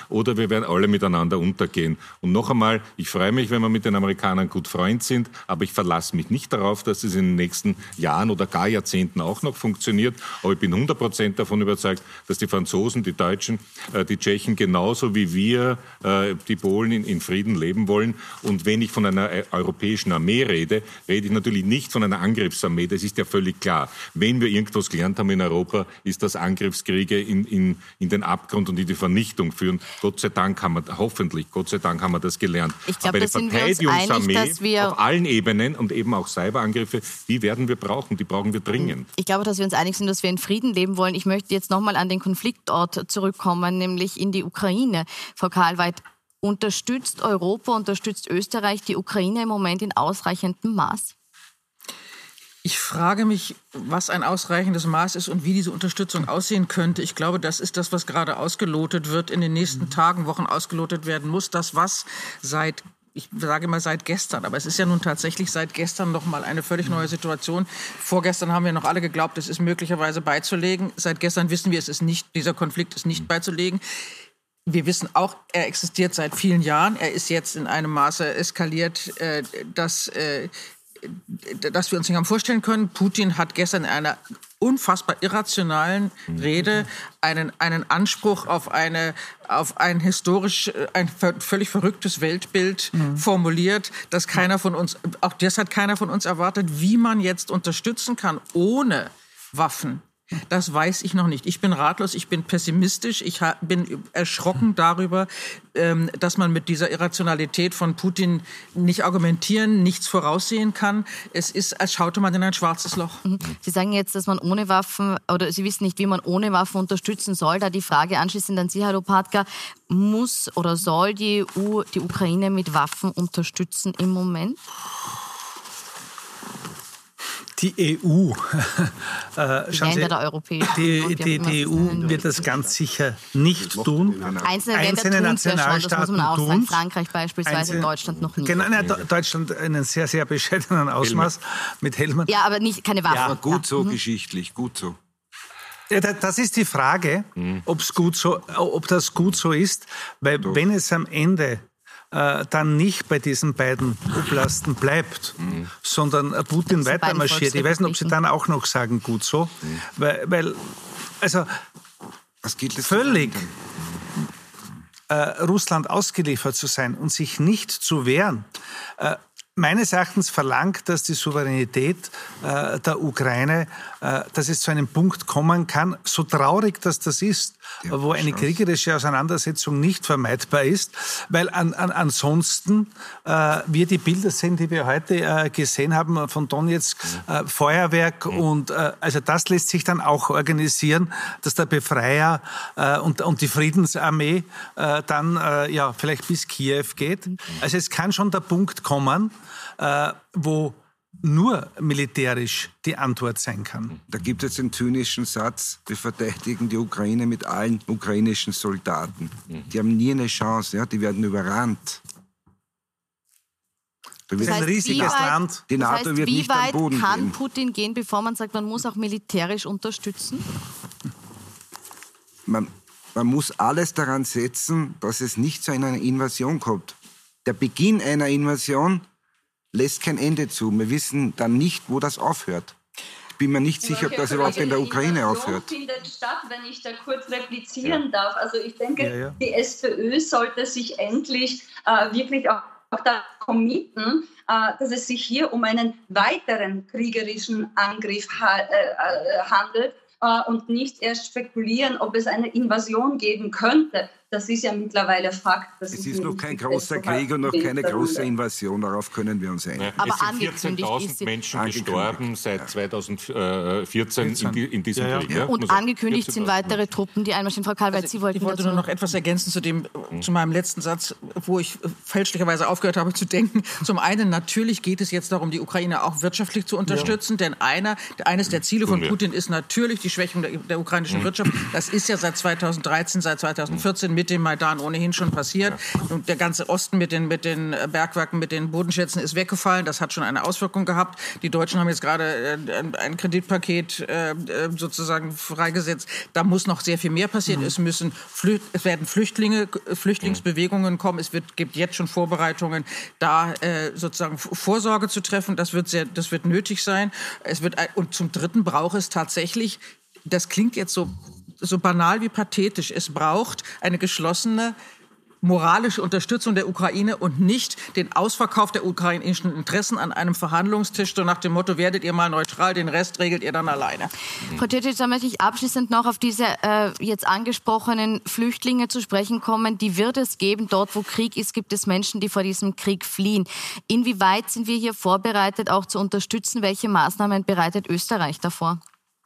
wir werden alle miteinander untergehen. Und noch einmal, ich freue mich, wenn wir mit den Amerikanern gut Freund sind, aber ich verlasse mich nicht darauf, dass es in den nächsten Jahren oder gar Jahrzehnten auch noch funktioniert. Aber ich bin hundert Prozent davon überzeugt, dass die Franzosen, die Deutschen, äh, die Tschechen genauso wie wir, äh, die Polen in, in Frieden leben wollen. Und wenn ich von einer äh, europäischen Armee rede, rede ich natürlich nicht von einer Angriffsarmee. Das ist ja völlig klar. Wenn wir irgendwas gelernt haben in Europa, ist, dass Angriffskriege in, in, in den Abgrund und in die Vernichtung führen. Gott sei Dank haben wir, hoffentlich, Gott sei Dank haben wir das gelernt. Ich glaube, Aber da die sind wir uns einig, dass wir auf allen Ebenen und eben auch Cyberangriffe, die werden wir brauchen, die brauchen wir dringend. Ich glaube, dass wir uns einig sind, dass wir in Frieden leben wollen. Ich möchte jetzt nochmal an den Konfliktort zurückkommen, nämlich in die Ukraine. Frau Karlweit, unterstützt Europa, unterstützt Österreich die Ukraine im Moment in ausreichendem Maß? Ich frage mich, was ein ausreichendes Maß ist und wie diese Unterstützung aussehen könnte. Ich glaube, das ist das, was gerade ausgelotet wird, in den nächsten Tagen, Wochen ausgelotet werden muss. Das, was seit, ich sage mal seit gestern, aber es ist ja nun tatsächlich seit gestern noch mal eine völlig neue Situation. Vorgestern haben wir noch alle geglaubt, es ist möglicherweise beizulegen. Seit gestern wissen wir, es ist nicht, dieser Konflikt ist nicht beizulegen. Wir wissen auch, er existiert seit vielen Jahren. Er ist jetzt in einem Maße eskaliert, äh, dass äh, dass wir uns nicht haben vorstellen können. Putin hat gestern in einer unfassbar irrationalen Rede einen, einen Anspruch auf, eine, auf ein historisch, ein völlig verrücktes Weltbild mhm. formuliert, das keiner von uns, auch das hat keiner von uns erwartet, wie man jetzt unterstützen kann ohne Waffen. Das weiß ich noch nicht. Ich bin ratlos, ich bin pessimistisch, ich bin erschrocken darüber, dass man mit dieser Irrationalität von Putin nicht argumentieren, nichts voraussehen kann. Es ist, als schaute man in ein schwarzes Loch. Sie sagen jetzt, dass man ohne Waffen, oder Sie wissen nicht, wie man ohne Waffen unterstützen soll. Da die Frage anschließend an Sie, Herr Lopatka, muss oder soll die E U die Ukraine mit Waffen unterstützen im Moment? Die E U, äh, die, Länder der Europäischen die, die, die E U wird das ganz sicher nicht tun. Einzelne, Einzelne Länder Nationalstaaten ja schon, das muss man auch tun. sagen. Frankreich beispielsweise, Einzelne, Deutschland noch nicht. Genau, nein, Deutschland in einem sehr, sehr bescheidenen Ausmaß Helmut. mit Helmut. Ja, aber nicht, keine Waffen. Ja, gut so, ja. geschichtlich, gut so. Ja, das ist die Frage, mhm. ob's gut so, ob das gut so ist, weil Doch. wenn es am Ende dann nicht bei diesen beiden Oblasten bleibt, mhm. sondern Putin weiter marschiert. Ich weiß nicht, ob Sie dann auch noch sagen, gut so, mhm. weil, weil, also Was gilt es völlig äh, Russland ausgeliefert zu sein und sich nicht zu wehren, äh, meines Erachtens verlangt, dass die Souveränität äh, der Ukraine, äh, dass es zu einem Punkt kommen kann, so traurig, dass das ist, ja, wo eine kriegerische Auseinandersetzung nicht vermeidbar ist, weil an, an, ansonsten äh, wir die Bilder sehen, die wir heute äh, gesehen haben von Donetsk, äh, Feuerwerk mhm. und äh, also das lässt sich dann auch organisieren, dass der Befreier äh, und, und die Friedensarmee äh, dann äh, ja vielleicht bis Kiew geht. Also es kann schon der Punkt kommen, Äh, wo nur militärisch die Antwort sein kann. Da gibt es den zynischen Satz, wir verteidigen die Ukraine mit allen ukrainischen Soldaten. Die haben nie eine Chance, ja? Die werden überrannt. Das ist ein riesiges weit, Land. Die NATO das heißt, wird wie nicht weit am Boden kann gehen. Putin gehen, bevor man sagt, man muss auch militärisch unterstützen? Man, man muss alles daran setzen, dass es nicht zu einer Invasion kommt. Der Beginn einer Invasion lässt kein Ende zu. Wir wissen dann nicht, wo das aufhört. Ich bin mir nicht sicher, ob das überhaupt in der Ukraine aufhört. Findet statt, wenn ich da kurz replizieren ja. darf. Also ich denke, ja, ja. die SPÖ sollte sich endlich äh, wirklich auch, auch da committen, äh, dass es sich hier um einen weiteren kriegerischen Angriff ha- äh, handelt äh, und nicht erst spekulieren, ob es eine Invasion geben könnte. Das ist ja mittlerweile Fakt. Das es ist, ist noch kein großer Krieg und noch keine große Invasion, darauf können wir uns einigen. Aber es sind vierzehntausend Menschen gestorben seit zweitausendvierzehn in, die, in diesem ja, ja. Krieg. Ja? Und angekündigt sind weitere Truppen, die einmal Frau Karlweit, also, Sie wollten Ich wollte dazu nur noch etwas ergänzen zu, dem, mhm. zu meinem letzten Satz, wo ich fälschlicherweise aufgehört habe zu denken. Zum einen, natürlich geht es jetzt darum, die Ukraine auch wirtschaftlich zu unterstützen, ja. denn einer, eines der Ziele von Putin ist natürlich die Schwächung der, der ukrainischen mhm. Wirtschaft. Das ist ja seit zweitausenddreizehn, seit zweitausendvierzehn mit dem Maidan ohnehin schon passiert. Und der ganze Osten mit den, mit den Bergwerken, mit den Bodenschätzen ist weggefallen. Das hat schon eine Auswirkung gehabt. Die Deutschen haben jetzt gerade ein Kreditpaket sozusagen freigesetzt. Da muss noch sehr viel mehr passieren. Mhm. Es müssen Flü- es werden Flüchtlinge, Flüchtlingsbewegungen kommen. Es wird, gibt jetzt schon Vorbereitungen, da äh, sozusagen Vorsorge zu treffen. Das wird sehr, das wird nötig sein. Es wird, und zum Dritten braucht es tatsächlich, das klingt jetzt so, so banal wie pathetisch, es braucht eine geschlossene moralische Unterstützung der Ukraine und nicht den Ausverkauf der ukrainischen Interessen an einem Verhandlungstisch, so nach dem Motto, werdet ihr mal neutral, den Rest regelt ihr dann alleine. Frau Cecic, da möchte ich abschließend noch auf diese äh, jetzt angesprochenen Flüchtlinge zu sprechen kommen. Die wird es geben. Dort, wo Krieg ist, gibt es Menschen, die vor diesem Krieg fliehen. Inwieweit sind wir hier vorbereitet, auch zu unterstützen? Welche Maßnahmen bereitet Österreich davor?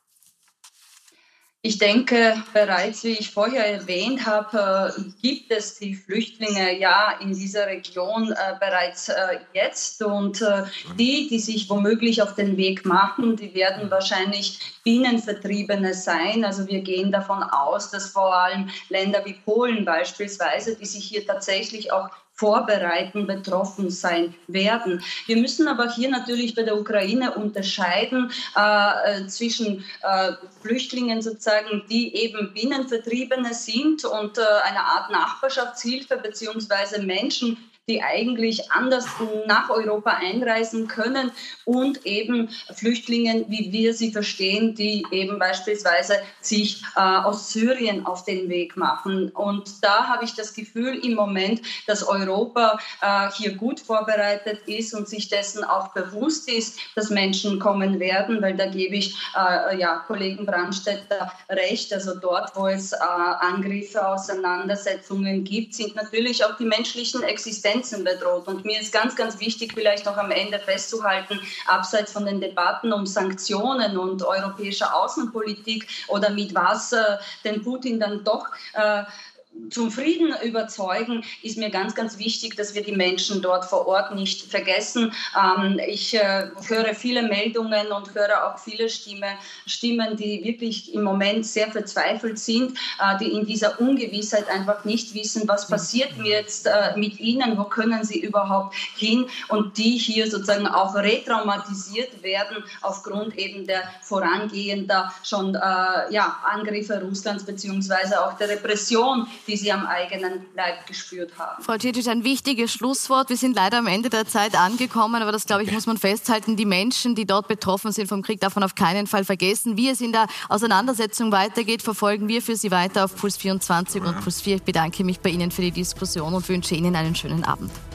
Ich denke, bereits, wie ich vorher erwähnt habe, gibt es die Flüchtlinge ja in dieser Region äh, bereits äh, jetzt. Und äh, die, die sich womöglich auf den Weg machen, die werden wahrscheinlich Binnenvertriebene sein. Also wir gehen davon aus, dass vor allem Länder wie Polen beispielsweise, die sich hier tatsächlich auch vorbereiten, betroffen sein werden. Wir müssen aber hier natürlich bei der Ukraine unterscheiden äh, zwischen äh, Flüchtlingen sozusagen, die eben Binnenvertriebene sind und äh, eine Art Nachbarschaftshilfe beziehungsweise Menschen, die eigentlich anders nach Europa einreisen können und eben Flüchtlingen, wie wir sie verstehen, die eben beispielsweise sich äh, aus Syrien auf den Weg machen. Und da habe ich das Gefühl im Moment, dass Europa äh, hier gut vorbereitet ist und sich dessen auch bewusst ist, dass Menschen kommen werden, weil da gebe ich äh, ja, Kollegen Brandstätter recht. Also dort, wo es äh, Angriffe, Auseinandersetzungen gibt, sind natürlich auch die menschlichen Existenzen bedroht. Und mir ist ganz, ganz wichtig, vielleicht noch am Ende festzuhalten, abseits von den Debatten um Sanktionen und europäischer Außenpolitik oder mit was äh, den Putin dann doch äh, zum Frieden überzeugen, ist mir ganz, ganz wichtig, dass wir die Menschen dort vor Ort nicht vergessen. Ähm, ich äh, höre viele Meldungen und höre auch viele Stimme, Stimmen, die wirklich im Moment sehr verzweifelt sind, äh, die in dieser Ungewissheit einfach nicht wissen, was passiert jetzt äh, mit ihnen, wo können sie überhaupt hin und die hier sozusagen auch retraumatisiert werden aufgrund eben der vorangehenden schon äh, ja, Angriffe Russlands beziehungsweise auch der Repression, die sie am eigenen Leib gespürt haben. Frau Cecic, ein wichtiges Schlusswort. Wir sind leider am Ende der Zeit angekommen, aber das, glaube ich, muss man festhalten. Die Menschen, die dort betroffen sind vom Krieg, darf man auf keinen Fall vergessen. Wie es in der Auseinandersetzung weitergeht, verfolgen wir für Sie weiter auf Puls vierundzwanzig und Puls vier. Ich bedanke mich bei Ihnen für die Diskussion und wünsche Ihnen einen schönen Abend.